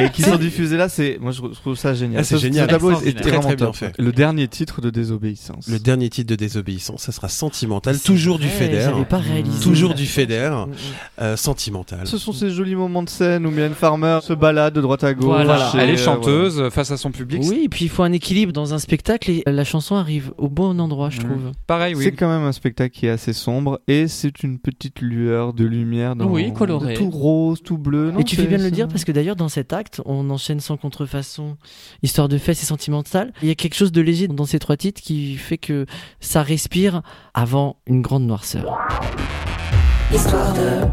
et qui sont diffusés là, c'est moi je trouve ça génial. Ah, c'est Ce- génial. Ce tableau est Extraordinaire. Très, vraiment très bien top. fait. Le dernier titre de Désobéissance. Le dernier titre de Désobéissance, ça sera Sentimental, C'est toujours du vrai, Feder. J'avais pas réalisé. Toujours du Feder, Mm, mm. euh, Sentimental. Ce sont ces jolis moments de scène où Mylène Farmer se balade de droite à gauche. Voilà. et, Elle est euh, chanteuse euh, face à son public. Oui, et puis il faut un équilibre dans un spectacle et la chanson arrive au bon endroit, je Mm. trouve. Pareil, C'est oui. quand même un spectacle qui est assez sombre et c'est une petite lueur de lumière dans Oui, coloré. de tout rose, tout bleu. Non, Et tu fais c'est- bien de le c'est- dire parce que d'ailleurs dans cet acte, on enchaîne sans contrefaçon, histoire de fesses et sentimentale. Il y a quelque chose de léger dans ces trois titres qui fait que ça respire avant une grande noirceur. Histoire de...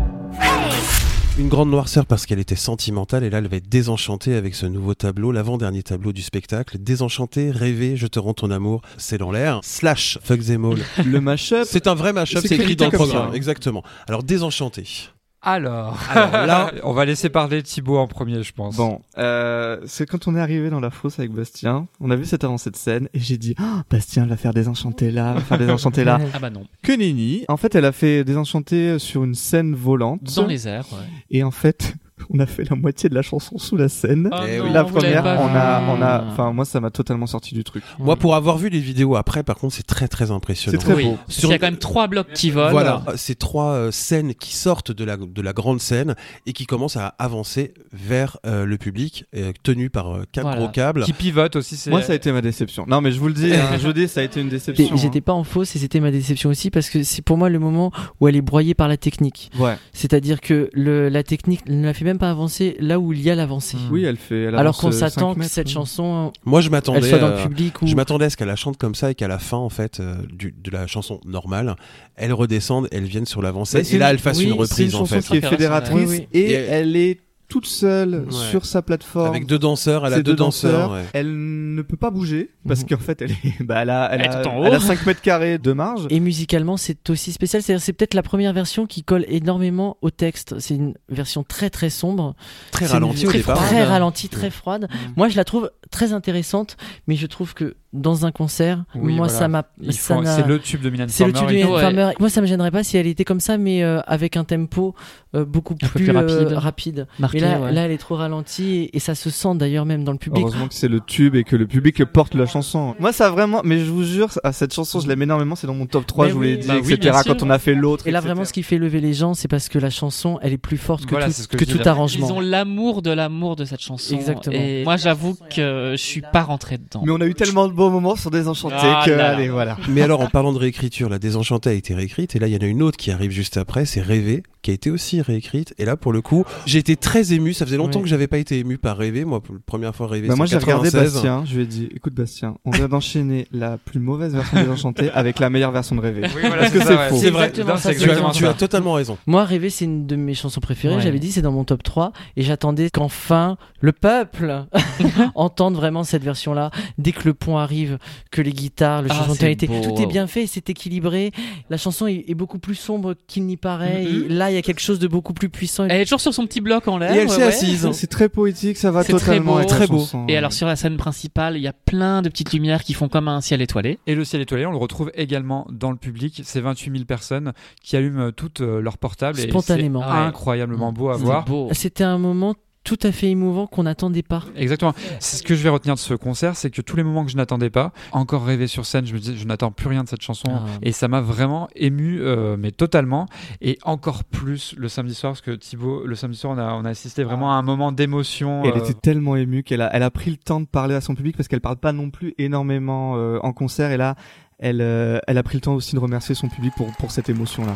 Une grande noirceur parce qu'elle était sentimentale et là elle va être désenchantée avec ce nouveau tableau, l'avant-dernier tableau du spectacle. Désenchantée, rêver, je te rends ton amour, c'est dans l'air. Slash Fuck them all. Le mashup. C'est un vrai mashup, C'est c'est écrit dans le comme ça, programme, hein. exactement. Alors désenchanté. Alors, Alors là- on va laisser parler Thibaut en premier, je pense. Bon, euh, c'est quand on est arrivé dans la fosse avec Bastien, on a vu cette avancée de scène et j'ai dit oh, Bastien va faire Désenchanté là, va faire Désenchanté là. Ah bah non. Que nenni. En fait, elle a fait Désenchanté sur une scène volante. Dans les airs, ouais. Et en fait, on a fait la moitié de la chanson sous la scène. Oh Eh non, oui. La vous l'avez première, pas on vu. a, on a, enfin moi ça m'a totalement sorti du truc. Moi pour avoir vu les vidéos après, par contre c'est très très impressionnant. C'est très Oui. beau. Parce qu'il y a quand même trois blocs qui volent. Voilà, c'est trois euh, scènes qui sortent de la, de la grande scène et qui commencent à avancer vers euh, le public, euh, tenu par euh, quatre Voilà. gros câbles. Qui pivote aussi, c'est. Moi ça a été ma déception. Non mais je vous le dis, hein, je vous dis ça a été une Et déception. J'étais pas en fausse et c'était ma déception aussi parce que c'est pour moi le moment où elle est broyée par la technique. hein. Ouais. C'est-à-dire que le, la technique ne la fait même pas avancer là où il y a l'avancée. Oui, elle fait. elle Alors avance, qu'on euh, s'attend cinq que mètres, cette oui. chanson Moi je m'attendais, elle soit dans euh, le public ou je m'attendais à ce qu'elle la chante comme ça et qu'à la fin en fait euh, du, de la chanson normale, elle redescende, elle vienne sur l'avancée Bah, c'est et là une- elle fasse oui, une C'est une reprise en chanson fait. qui est fédératrice Oui, oui. et Et- elle est toute seule Ouais. sur sa plateforme. Avec deux danseurs, elle a Ces deux danseurs. ouais. Elle ne peut pas bouger parce Mhm. qu'en fait elle est, bah, elle a, elle Elle a, est tout en haut. elle a cinq mètres carrés de marge. et musicalement c'est aussi spécial. C'est-à-dire c'est peut-être la première version qui colle énormément au texte. C'est une version très très sombre, Très C'est une ralenti au très, départ. très ralentie, très froide. Mhm. Moi je la trouve très intéressante, mais je trouve que dans un concert, Oui, moi voilà. ça m'a, Il ça faut- n'a- C'est le tube de Mylène C'est le Farmer. tube de il Mylène Ouais. Farmer. Moi, ça me gênerait pas si elle était comme ça, mais euh, avec un tempo euh, beaucoup Un peu plus, plus euh, rapide. rapide. Marqué, Mais là, ouais. là, elle est trop ralentie et, et ça se sent d'ailleurs même dans le public. Heureusement que c'est le tube et que le public porte la chanson. Moi, ça a vraiment, mais je vous jure, à cette chanson, je l'aime énormément. C'est dans mon top trois, Mais je vous l'ai oui. dit, Bah oui, et cetera. bien sûr. Quand on a fait l'autre. Et là, et cetera. vraiment, ce qui fait lever les gens, c'est parce que la chanson, elle est plus forte que Voilà, tout, c'est ce que que je tout disais. arrangement. Ils ont l'amour de l'amour de cette chanson. Exactement. Et moi, j'avoue que je suis pas rentré dedans. Mais on a eu tellement de beaux moments sur Désenchanté Ah que, là là. allez, voilà. Mais alors en parlant de réécriture, la Désenchantée a été réécrite et là il y en a une autre qui arrive juste après, c'est Rêver, qui a été aussi réécrite. Et là pour le coup, j'ai été très ému. Ça faisait longtemps Oui. que j'avais pas été ému par Rêver. Moi, pour la première fois Rêver, Bah c'est moi en j'ai regardé quatre-vingt-seize. Bastien, je lui ai dit écoute Bastien, on vient d'enchaîner la plus mauvaise version de Désenchanté avec la meilleure version de Rêver. Oui, voilà, Est-ce que ça, c'est ouais. faux C'est vrai, exactement Non, ça, c'est c'est Tu as, exactement tu ça. as totalement raison. Moi, Rêver, c'est une de mes chansons préférées. Ouais. J'avais dit, c'est dans mon top trois. Et j'attendais qu'enfin le peuple entende vraiment cette version-là. Dès que le pont arrive, que les guitares, le Ah, changement de c'est tonalité, beau. tout est bien fait, c'est équilibré. La chanson est, est beaucoup plus sombre qu'il n'y paraît. Mhm. Et là, il y a quelque chose de beaucoup plus puissant. Elle est toujours sur son petit bloc en l'air. Et elle ouais, s'est ouais. assise. C'est très poétique, ça va C'est très totalement beau. avec la Très beau. chanson. Et alors sur la scène principale, il y a plein de petites lumières qui font comme un ciel étoilé. Et le ciel étoilé, on le retrouve également dans le public. C'est vingt-huit mille personnes qui allument toutes euh, leurs portables. et Spontanément. C'est Ouais. incroyablement beau à C'est voir. beau. C'était un moment tout à fait émouvant qu'on n'attendait pas. Exactement. C'est ce que je vais retenir de ce concert, c'est que tous les moments que je n'attendais pas, encore rêvé sur scène, je me disais, je n'attends plus rien de cette chanson. Ah. Et ça m'a vraiment ému, euh, mais totalement. Et encore plus le samedi soir, parce que Thibaut, le samedi soir, on a, on a assisté vraiment à un moment d'émotion. Et elle euh, était tellement émue qu'elle a, elle a pris le temps de parler à son public parce qu'elle parle pas non plus énormément euh, en concert. Et là, elle, euh, elle a pris le temps aussi de remercier son public pour, pour cette émotion-là.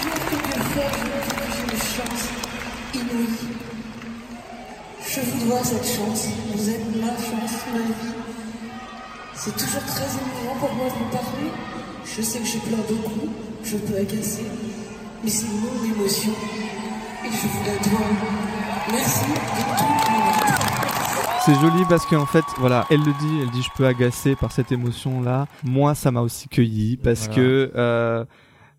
J'ai une chance inouïe. Je vous dois cette chance. Vous êtes ma chance, ma vie. C'est toujours très émouvant pour moi de vous parler. Je sais que je pleure beaucoup, je peux agacer, mais c'est mon émotion et je vous la dois. Merci de tout mon âme. C'est joli parce qu'en fait, voilà, elle le dit, elle dit je peux agacer par cette émotion-là. Moi, ça m'a aussi cueilli parce Voilà. que euh,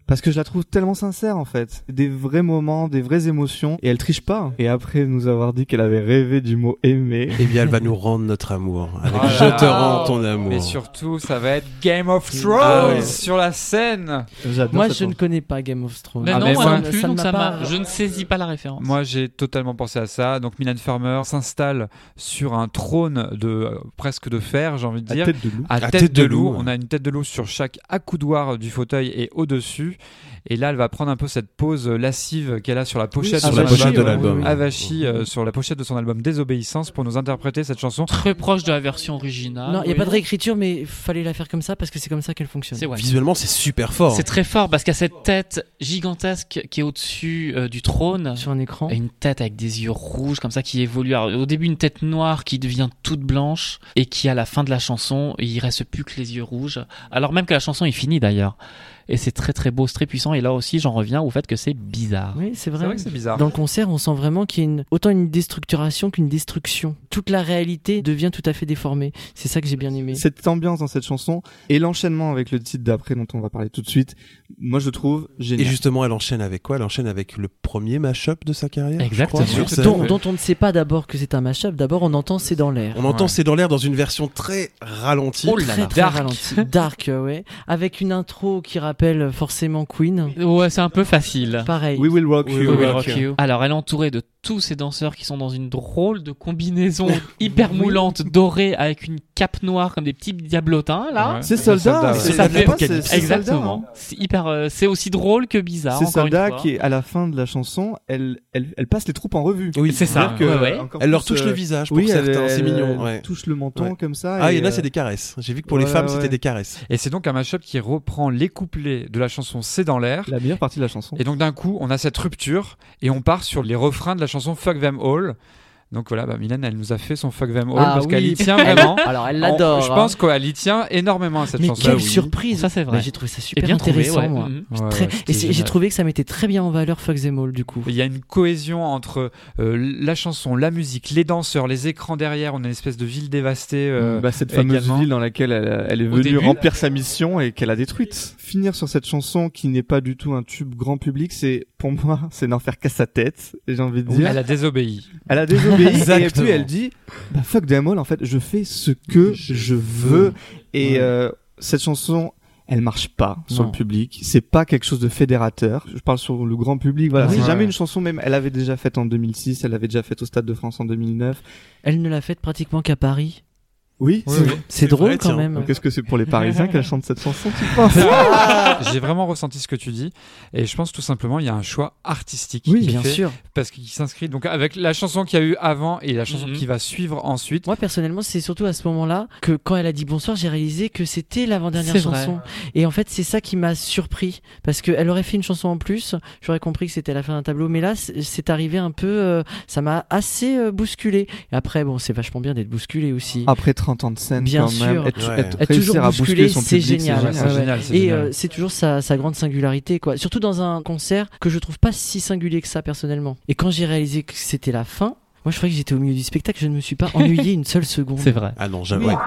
Parce que je la trouve tellement sincère en fait. Des vrais moments, des vraies émotions. Et elle triche pas. Et après nous avoir dit qu'elle avait rêvé du mot aimer. Eh bien, elle va nous rendre notre amour. Avec Oh là Je là. te rends ton amour. Mais surtout, ça va être Game of Thrones Ah ouais. sur la scène. J'adore Moi, cette je ne chanson. connais pas Game of Thrones. Mais Ah, non, mais moi moi, non plus, ça ne donc m'a ça pas- m'a... je ne saisis pas la référence. Moi, j'ai totalement pensé à ça. Donc, Mylène Farmer s'installe sur un trône de euh, presque de fer, j'ai envie de À dire. tête de loup. À À tête, de loup. On a une tête de loup sur chaque accoudoir du fauteuil et au-dessus. Et là, elle va prendre un peu cette pose lascive qu'elle a sur la pochette, sur de la l'album. pochette de ouais, l'album. oui, oui. Avachi euh, sur la pochette de son album Désobéissance pour nous interpréter cette chanson. Très proche de la version originale. Non, il n'y a oui. pas de réécriture, mais il fallait la faire comme ça parce que c'est comme ça qu'elle fonctionne. C'est ouais. Visuellement, c'est super fort. C'est très fort parce qu'il y a cette tête gigantesque qui est au-dessus euh, du trône. Sur un écran. Et une tête avec des yeux rouges comme ça qui évolue. Alors, au début, une tête noire qui devient toute blanche et qui, à la fin de la chanson, il reste plus que les yeux rouges. Alors même que la chanson est finie d'ailleurs. Et c'est très très beau, c'est très puissant. Et là aussi, j'en reviens au fait que c'est bizarre. Oui, c'est C'est vrai. vrai que c'est bizarre. Dans le concert, on sent vraiment qu'il y a une, autant une déstructuration qu'une destruction. Toute la réalité devient tout à fait déformée. C'est ça que j'ai bien aimé. Cette ambiance dans cette chanson et l'enchaînement avec le titre d'après dont on va parler tout de suite, moi je trouve Et génial. justement, elle enchaîne avec quoi? Elle enchaîne avec le premier mash-up de sa carrière. je Exactement. crois, sur scène. Dont, dont on ne sait pas d'abord que c'est un mash-up. D'abord, on entend C'est dans l'air. On entend Ouais. C'est dans l'air dans une version très ralentie. Oh là Très là. très Dark. ralenti. Dark, euh, ouais. Avec une intro qui rappelle forcément Queen. Ouais, c'est un peu facile. Pareil. We will rock We you. will We will rock rock you. Alors, elle est entourée de tous ces danseurs qui sont dans une drôle de combinaison hyper moulante, dorée, avec une cape noire comme des petits diablotins, là. Ouais. C'est Les Soldat, soldats, ouais. c'est Ça ça fait- fait c'est Exactement. Soldat, hein. C'est hyper, euh, c'est aussi drôle que bizarre. C'est encore une Soldat fois. qui est à la fin de la chanson, elle, elle, elle passe les troupes en revue. Oui, C'est ça. C'est-à-dire que, Ouais, ouais. encore Elle leur plus, touche euh, le visage pour oui, certains, elle, c'est elle, mignon. elle Ouais. touche le menton Ouais. comme ça. Ah, et, et là, euh, c'est des caresses. J'ai vu que pour les ouais, femmes, ouais. c'était des caresses. Et c'est donc un mashup qui reprend les couplets de la chanson C'est dans l'air. la meilleure partie de la chanson. Et donc d'un coup, on a cette rupture et on part sur les refrains de la chanson Fuck Them All. Donc voilà, bah, Mylène, elle nous a fait son Fuck Them All Ah parce oui. qu'elle y tient vraiment. Alors, elle On- l'adore. Je hein. pense qu'elle y tient énormément à cette Mais chanson. quelle Ah oui. surprise. Ça, c'est vrai. Bah, j'ai trouvé ça Et super bien trouvé, intéressant, ouais. moi. Mhm. Ouais, Très- ouais, Et c'était c'est- j'ai génial. trouvé que ça mettait très bien en valeur Fuck Them All, du coup. Il y a une cohésion entre euh, la chanson, la musique, les danseurs, les écrans derrière. On a une espèce de ville dévastée. euh, Bah, cette fameuse également. ville dans laquelle elle, elle est Au venue début. remplir sa mission et qu'elle a détruite. Finir sur cette chanson qui n'est pas du tout un tube grand public, c'est, pour moi, c'est n'en faire qu'à sa tête, j'ai envie de Oui, dire. elle a désobéi. Elle a désobéi et Exactement. puis elle dit bah, fuck them all, en fait je fais ce que je veux et Ouais. euh, cette chanson elle marche pas sur Non. le public, c'est pas quelque chose de fédérateur, je parle sur le grand public, voilà, Oui. c'est Ouais. jamais une chanson, même elle avait déjà faite en deux mille six, elle l'avait déjà faite au Stade de France en deux mille neuf. Elle ne l'a faite pratiquement qu'à Paris. Oui, Oui, c'est oui. vrai. C'est drôle vrai, quand tiens. même. Donc est-ce que c'est pour les Parisiens qu'elle chante cette chanson, tu penses? J'ai vraiment ressenti ce que tu dis et je pense tout simplement il y a un choix artistique Oui, qui est Bien fait sûr. parce qu'il s'inscrit donc avec la chanson qu'il y a eu avant et la chanson Mhm. qui va suivre ensuite. Moi personnellement, c'est surtout à ce moment-là que quand elle a dit bonsoir, j'ai réalisé que c'était l'avant-dernière C'est vrai. chanson. Et en fait, c'est ça qui m'a surpris parce qu'elle aurait fait une chanson en plus, j'aurais compris que c'était la fin d'un tableau. Mais là, c'est c'est arrivé un peu, euh, ça m'a assez euh, bousculé. Et après, bon, c'est vachement bien d'être bousculé aussi. Après trente ans de scène Bien quand même, sûr. être, Ouais. être- Être toujours réussir à bousculé, bousculer son c'est public, génial. c'est Ouais, génial. c'est Ouais, génial, c'est Et génial. euh, c'est toujours sa, sa grande singularité, quoi. Surtout dans un concert que je trouve pas si singulier que ça personnellement. Et quand j'ai réalisé que c'était la fin, moi je croyais que j'étais au milieu du spectacle, je ne me suis pas ennuyé une seule seconde. C'est vrai. Ah non, jamais. Oui.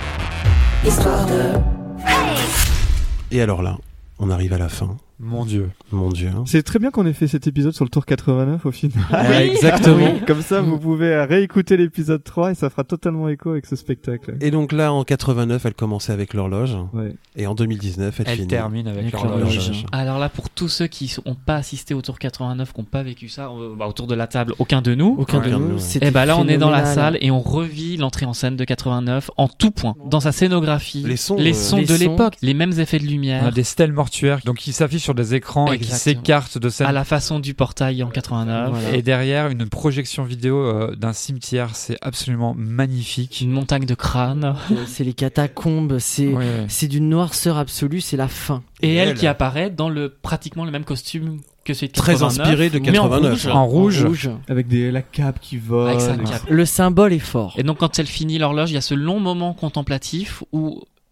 Histoire de... Et alors là, on arrive à la fin. Mon Dieu. Mon Dieu. hein. C'est très bien qu'on ait fait cet épisode sur le tour quatre-vingt-neuf au final. Ah, exactement. Comme ça, vous pouvez réécouter l'épisode trois et ça fera totalement écho avec ce spectacle. Et donc là, en quatre-vingt-neuf, elle commençait avec l'horloge. Ouais. Et en deux mille dix-neuf, elle, Elle finit. termine avec Avec l'horloge. l'horloge. Alors là, pour tous ceux qui n'ont pas assisté au Tour quatre-vingt-neuf, qui n'ont pas vécu ça, euh, bah, autour de la table, aucun de nous. Aucun Ouais. de nous. Ouais. c'était Et bah là, on est dans la phénoménal. salle et on revit l'entrée en scène de quatre-vingt-neuf en tout point. Dans sa scénographie, Les sons, les euh, sons les de sons. l'époque, les mêmes effets de On a lumière, des stèles mortuaires donc qui s'affichent sur des écrans et qui Exactement. s'écartent de scène. à la façon du portail en quatre-vingt-neuf. Voilà. Et derrière, une projection vidéo euh, d'un cimetière. C'est absolument magnifique. Une montagne de crânes. Euh, C'est les catacombes, c'est Ouais, ouais. c'est d'une noirceur absolue, c'est la fin. Et elle elle. qui apparaît dans le pratiquement le même costume que celui de Très quatre-vingt-neuf, inspiré de mais en quatre-vingt-neuf. rouge. En rouge. Avec des, la cape qui vole. Avec sa et- cape. Le symbole est fort. Et donc quand elle finit l'horloge, il y a ce long moment contemplatif où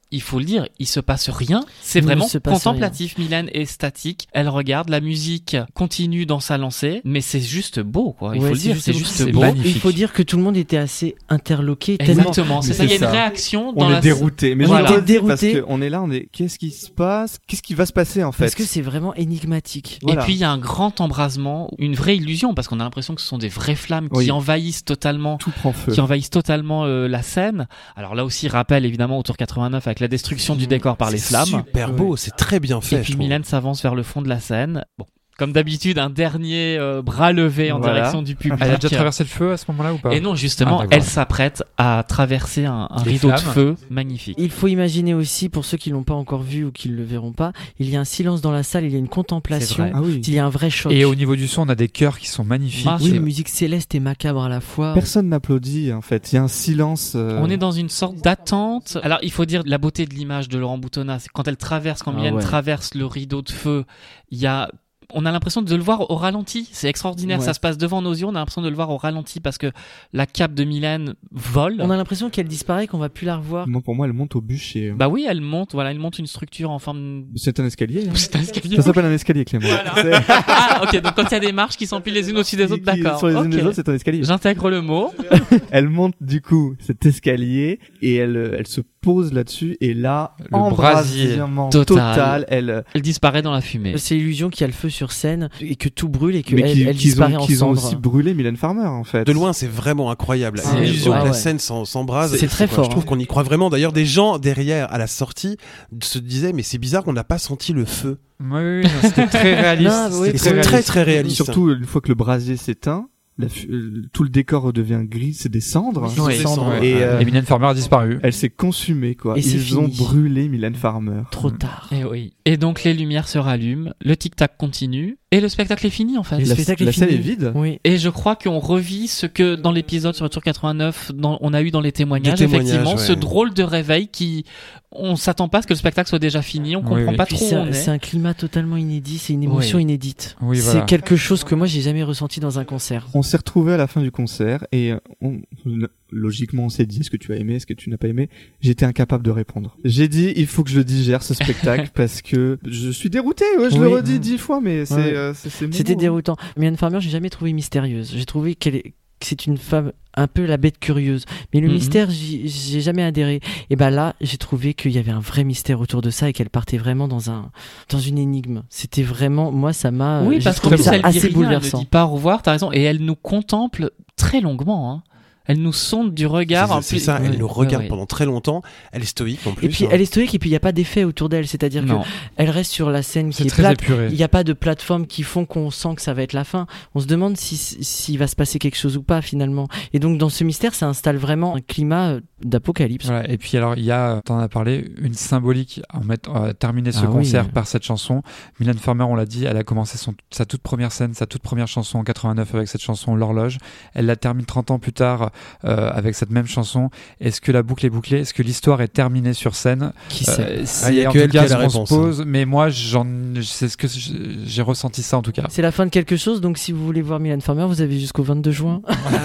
il faut le dire, il se passe rien. C'est Il ne vraiment se passe contemplatif. Mylène est statique. Elle regarde, la musique continue dans sa lancée, mais c'est juste beau, quoi. Il Ouais, faut le dire, c'est justement- juste c'est beau. magnifique. Il faut dire que tout le monde était assez interloqué, tellement Exactement, c'est Mais ça. Il y a c'est une ça. réaction dans On la. est dérouté, mais On je est le redis dérouté. parce qu'on est là, on est. Qu'est-ce qui se passe Qu'est-ce qui va se passer en fait parce que c'est vraiment énigmatique. Voilà. Et puis il y a un grand embrasement, une vraie illusion, parce qu'on a l'impression que ce sont des vraies flammes qui Oui. envahissent totalement, tout prend feu. qui envahissent totalement euh, la scène. Alors là aussi, rappel évidemment au tour quatre-vingt-neuf avec la destruction du décor par les C'est flammes. super beau, c'est très bien fait. Et je puis trouve. Mylène s'avance vers le fond de la scène. Bon, comme d'habitude, un dernier euh, bras levé en Voilà. direction du public. Elle a déjà traversé le feu à ce moment-là ou pas? Et non, justement, Ah, d'accord. elle s'apprête à traverser un, un Des rideau de flammes. feu magnifique. Il faut imaginer aussi, pour ceux qui l'ont pas encore vu ou qui le verront pas, il y a un silence dans la salle, il y a une C'est contemplation, vrai. Ah oui. il y a un vrai choc. Et au niveau du son, on a des chœurs qui sont magnifiques. Ah, oui, c'est- une musique céleste et macabre à la fois. Personne n'applaudit en fait. Il y a un silence. euh, On est dans une sorte d'attente. Alors, il faut dire la beauté de l'image de Laurent Boutonnat, c'est quand elle traverse, quand Ah Mylène ouais. traverse le rideau de feu, il y a on a l'impression de le voir au ralenti. C'est extraordinaire. Ouais. Ça se passe devant nos yeux. On a l'impression de le voir au ralenti parce que la cape de Mylène vole. On a l'impression qu'elle disparaît, qu'on va plus la revoir. Moi, pour moi, elle monte au bûcher. Bah oui, elle monte. Voilà, elle monte une structure en forme. C'est un escalier. hein. C'est un escalier. Ça s'appelle un escalier, Clément. Voilà. C'est- Ah, ok. Donc quand il y a des marches qui s'empilent les unes au-dessus des autres, qui- d'accord. Sur les unes Ok. des autres, c'est un escalier. J'intègre le mot. Elle monte du coup cet escalier et elle, elle se pose là-dessus et là, Le embrasement Total. total. Elle, Elle disparaît dans la fumée. C'est l'illusion qu'il y a le feu sur scène et que tout brûle et que mais elle, qui- elle qu'ils disparaît ont, en qu'ils ont cendres. aussi brûlé Mylène Farmer en fait. De loin, c'est vraiment incroyable. C'est- L'illusion ah que la ouais. scène s'en- s'embrase. C'est très quoi. fort, Je trouve hein. qu'on y croit vraiment. D'ailleurs, des gens derrière, à la sortie, se disaient, mais c'est bizarre qu'on n'a pas senti le feu. Oui, oui, non, c'était très réaliste. Non, oui, C'était Et c'est réaliste. très très réaliste. Surtout une fois que le brasier s'éteint, la fu- euh, tout le décor redevient gris, c'est des cendres. Oui, Ouais. c'est cendres. Ouais. Et euh, Et Mylène Farmer a disparu. elle s'est consumée quoi. Et c'est Ils ont fini. brûlé Mylène Farmer. Trop tard. Et oui. Et donc les lumières se rallument, le tic-tac continue, et le spectacle est fini en fait. Et le La, spectacle la est salle fini. est vide. Oui. Et je crois qu'on revit ce que dans l'épisode sur le Tour quatre-vingt-neuf, dans- on a eu dans les témoignages, Des témoignages, effectivement, ouais. ce drôle de réveil qui, on s'attend pas à ce que le spectacle soit déjà fini, on Oui, comprend oui. pas Puis trop où c'est on un, est. c'est un climat totalement inédit, c'est une émotion Oui. inédite. Oui, c'est voilà. quelque chose que moi j'ai jamais ressenti dans un concert. On s'est retrouvés à la fin du concert et euh, on- logiquement on s'est dit est-ce que tu as aimé, est-ce que tu n'as pas aimé. J'étais incapable de répondre. J'ai dit il faut que je le digère ce spectacle parce que je suis dérouté. Ouais, je le Oui. redis dix fois mais c'est Ouais. euh, c'est- c'est mon C'était mot. déroutant. Mylène Farmer, j'ai jamais trouvé mystérieuse. J'ai trouvé qu'elle est que c'est une femme un peu la bête curieuse. Mais le Mhm. mystère, j'y- j'ai jamais adhéré. Et ben là, j'ai trouvé qu'il y avait un vrai mystère autour de ça et qu'elle partait vraiment dans un dans une énigme. C'était vraiment, moi, ça m'a. Oui, j'ai parce qu'en trouvé plus ça elle dit assez rien, elle ne bouleversant. dit pas au revoir, t'as raison, et elle nous contemple très longuement, hein. Elle nous sonde du regard. C'est- en C'est plus- ça, elle Ouais, nous regarde ouais, ouais. pendant très longtemps. Elle est stoïque en plus. Et puis hein. elle est stoïque et puis il n'y a pas d'effet autour d'elle. C'est-à-dire Non. qu'elle reste sur la scène qui C'est est très plate. épuré. Il n'y a pas de plateforme qui font qu'on sent que ça va être la fin. On se demande si s'il va se passer quelque chose ou pas finalement. Et donc dans ce mystère, ça installe vraiment un climat euh, d'apocalypse. Voilà. Et puis alors il y a, t'en as parlé, une symbolique en mettre, à terminer ce Ah oui. concert par cette chanson. Mylène Farmer, on l'a dit, elle a commencé son, sa toute première scène, sa toute première chanson en quatre-vingt-neuf avec cette chanson L'Horloge. Elle la termine trente ans plus tard euh, avec cette même chanson. Est-ce que la boucle est bouclée? Est-ce que l'histoire est terminée sur scène? Qui sait Euh, c'est Ah, il y a en que tout elle cas qui a ce la qu'on se réponse, hein. pose, mais moi j'en, c'est ce que j'ai ressenti ça en tout cas. C'est la fin de quelque chose, donc si vous voulez voir Mylène Farmer, vous avez jusqu'au vingt-deux juin.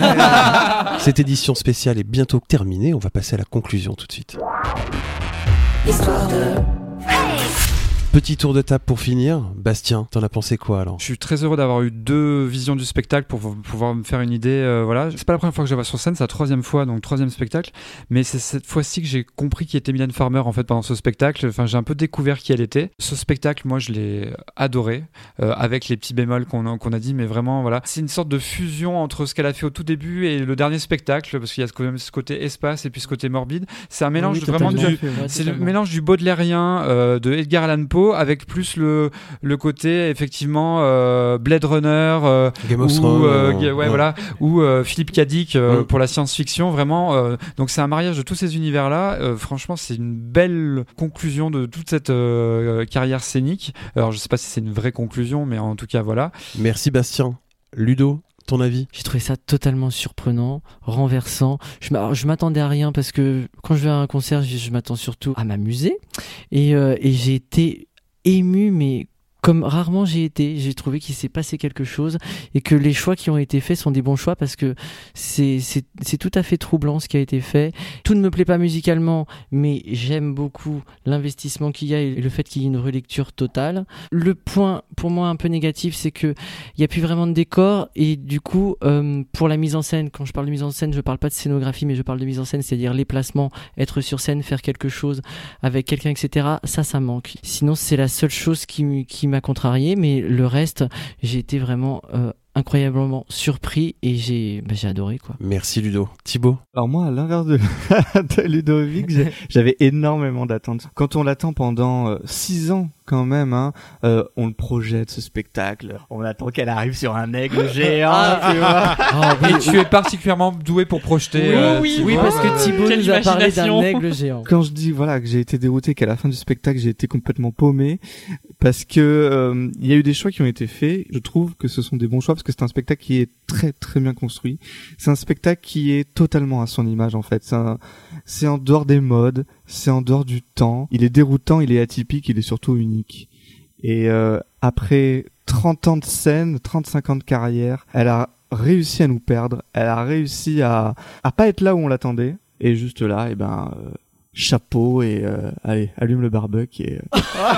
Cette édition spéciale est bientôt terminée. On va passer à la conclusion tout de suite. Histoire de... Petit tour de table pour finir. Bastien, t'en as pensé quoi alors? Je suis très heureux d'avoir eu deux visions du spectacle pour v- pouvoir me faire une idée. Euh, voilà, c'est pas la première fois que je la vois sur scène, c'est la troisième fois, donc troisième spectacle. Mais c'est cette fois-ci que j'ai compris qui était Mylène Farmer en fait pendant ce spectacle. Enfin, j'ai un peu découvert qui elle était. Ce spectacle, moi, je l'ai adoré euh, avec les petits bémols qu'on a, qu'on a dit, mais vraiment, voilà, c'est une sorte de fusion entre ce qu'elle a fait au tout début et le dernier spectacle, parce qu'il y a ce, quand même ce côté espace et puis ce côté morbide. C'est un mélange Oui, vraiment totalement. du, Ouais, c'est le totalement. mélange du baudelairien euh, de Edgar Allan Poe avec plus le, le côté effectivement euh, Blade Runner euh, Game of ou, Thrones. euh, euh, ouais, ouais. voilà, ou euh, Philippe Cadic euh, Mm. pour la science-fiction vraiment euh, donc c'est un mariage de tous ces univers là. Euh, franchement c'est une belle conclusion de toute cette euh, carrière scénique. Alors je sais pas si c'est une vraie conclusion mais en tout cas voilà. Merci Bastien. Ludo, ton avis? J'ai trouvé ça totalement surprenant, renversant. Je m'a- alors, je m'attendais à rien parce que quand je vais à un concert, je, je m'attends surtout à m'amuser. Et, euh, et j'ai été ému, mais comme rarement j'ai été. J'ai trouvé qu'il s'est passé quelque chose et que les choix qui ont été faits sont des bons choix parce que c'est, c'est, c'est tout à fait troublant ce qui a été fait. Tout ne me plaît pas musicalement, mais j'aime beaucoup l'investissement qu'il y a et le fait qu'il y ait une relecture totale. Le point pour moi un peu négatif, c'est que il y a plus vraiment de décor et du coup euh, pour la mise en scène, quand je parle de mise en scène, je parle pas de scénographie, mais je parle de mise en scène, c'est-à-dire les placements, être sur scène, faire quelque chose avec quelqu'un, et cetera. Ça, ça manque. Sinon, c'est la seule chose qui, qui m'a contrarié, mais le reste, j'ai été vraiment euh, incroyablement surpris et j'ai, bah, j'ai adoré, quoi. Merci Ludo. Thibaut? Alors moi, à l'inverse de, de Ludovic, j'ai, j'avais énormément d'attentes. Quand on l'attend pendant euh, six ans, quand même, hein, euh, on le projette ce spectacle. On attend qu'elle arrive sur un aigle géant. Tu vois. Oh, oui, et tu es particulièrement doué pour projeter. Oui, euh, oui, Thibaut. oui, parce que Thibaut Quelle nous a parlé d'un imagination. aigle géant. Quand je dis voilà que j'ai été dérouté, qu'à la fin du spectacle j'ai été complètement paumé, parce que euh, il y a eu des choix qui ont été faits. Je trouve que ce sont des bons choix parce que c'est un spectacle qui est très très bien construit. C'est un spectacle qui est totalement à son image en fait. C'est, un, c'est en dehors des modes, c'est en dehors du temps. Il est déroutant, il est atypique, il est surtout unique. Et euh, après trente ans de scène, trente-cinq ans de carrière, elle a réussi à nous perdre. Elle a réussi à à pas être là où on l'attendait. Et juste là, et ben euh, chapeau et euh, allez, allume le barbecue et euh...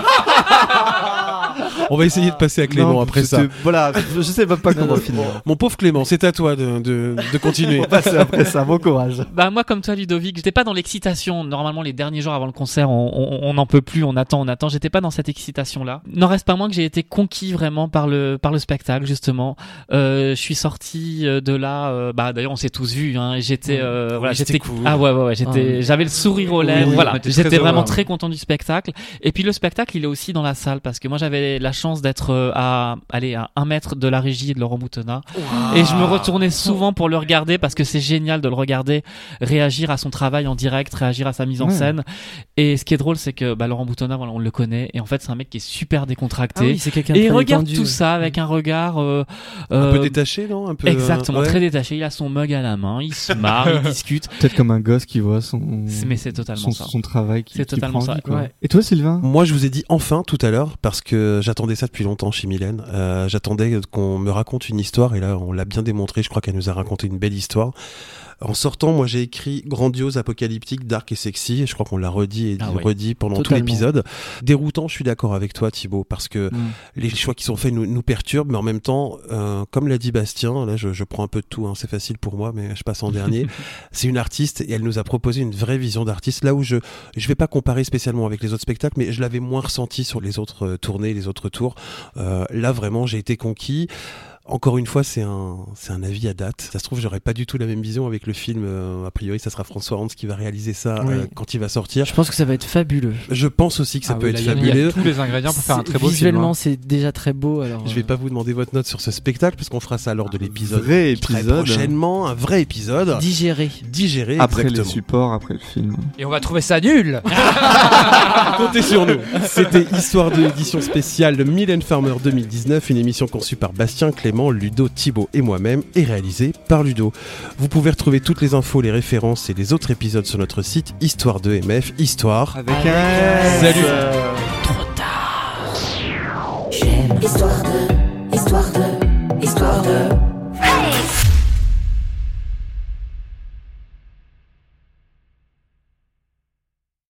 On va essayer de passer à Clément non, après c'était- ça. Voilà, je sais même pas comment finir. Mon pauvre Clément, c'est à toi de, de, de continuer. On va passer après ça, bon courage. Bah moi comme toi Ludovic, j'étais pas dans l'excitation. Normalement les derniers jours avant le concert, on on- on n'en peut plus, on attend, on attend. J'étais pas dans cette excitation là. N'en reste pas moins que j'ai été conquis vraiment par le par le spectacle justement. Euh, je suis sorti euh, de là. Euh, bah d'ailleurs on s'est tous vus. Hein, et j'étais euh, Oui, voilà, c'était j'étais cool. ah ouais ouais, ouais j'étais Ah. j'avais le sourire aux lèvres. Oui, voilà, on était j'étais très vraiment heureux. très content du spectacle. Et puis le spectacle il est aussi dans la salle parce que moi j'avais la chance d'être euh, à aller à un mètre de la régie et de Laurent Boutonnat. Et je me retournais souvent pour le regarder parce que c'est génial de le regarder réagir à son travail en direct, réagir à sa mise en Ouais. scène. Et ce qui est drôle, c'est que bah, Laurent Boutonnat, voilà, on le connaît. Et en fait, c'est un mec qui est super décontracté. Ah oui, c'est quelqu'un de et il très regarde détendu. tout ça avec un regard euh, Un euh, peu détaché, non? Un peu, exactement, euh, ouais. très détaché. Il a son mug à la main, il se marre, il discute. Peut-être comme un gosse qui voit son C'est- mais c'est totalement son, ça. son travail qui, C'est qui totalement prend ça. vie, quoi. Ouais. Et toi Sylvain? Moi, je vous ai dit enfin tout à l'heure parce que j'attendais ça depuis longtemps chez Mylène. Euh, j'attendais qu'on me raconte une histoire et là, on l'a bien démontré. Je crois qu'elle nous a raconté une belle histoire. En sortant, moi, j'ai écrit grandiose, apocalyptique, dark et sexy. Je crois qu'on l'a redit et Ah dit, ouais. redit pendant Totalement. tout l'épisode. Déroutant, je suis d'accord avec toi, Thibaut, parce que Mm. les choix qui sont faits nous, nous perturbent, mais en même temps, euh, comme l'a dit Bastien, là, je, je prends un peu de tout, hein, c'est facile pour moi, mais je passe en dernier. C'est une artiste et elle nous a proposé une vraie vision d'artiste. Là où je, je vais pas comparer spécialement avec les autres spectacles, mais je l'avais moins ressenti sur les autres euh, tournées, les autres tours. Euh, là, vraiment, j'ai été conquis. Encore une fois, c'est un, c'est un avis à date. Ça se trouve, j'aurais pas du tout la même vision avec le film. Euh, a priori, ça sera François Hans qui va réaliser ça Oui. euh, quand il va sortir. Je pense que ça va être fabuleux. Je pense aussi que ça Ah peut oui, être là, il y a- Il y fabuleux. a tous les ingrédients pour faire un C'est- très beau Visuellement, film. hein. c'est déjà très beau. Alors, Je vais euh, pas vous demander votre note sur ce spectacle parce qu'on fera ça lors de l'épisode. Vrai Très épisode. prochainement, un vrai épisode digérer. digéré Après les exactement. supports, après le film. Et on va trouver ça nul. Comptez sur nous. C'était Histoire de édition spéciale de Mylène Farmer deux mille dix-neuf, une émission conçue par Bastien, Clément, Ludo, Thibaut et moi-même et réalisée par Ludo. Vous pouvez retrouver toutes les infos, les références et les autres épisodes sur notre site Histoire de M F. Histoire. Avec un Salut. J'aime histoire de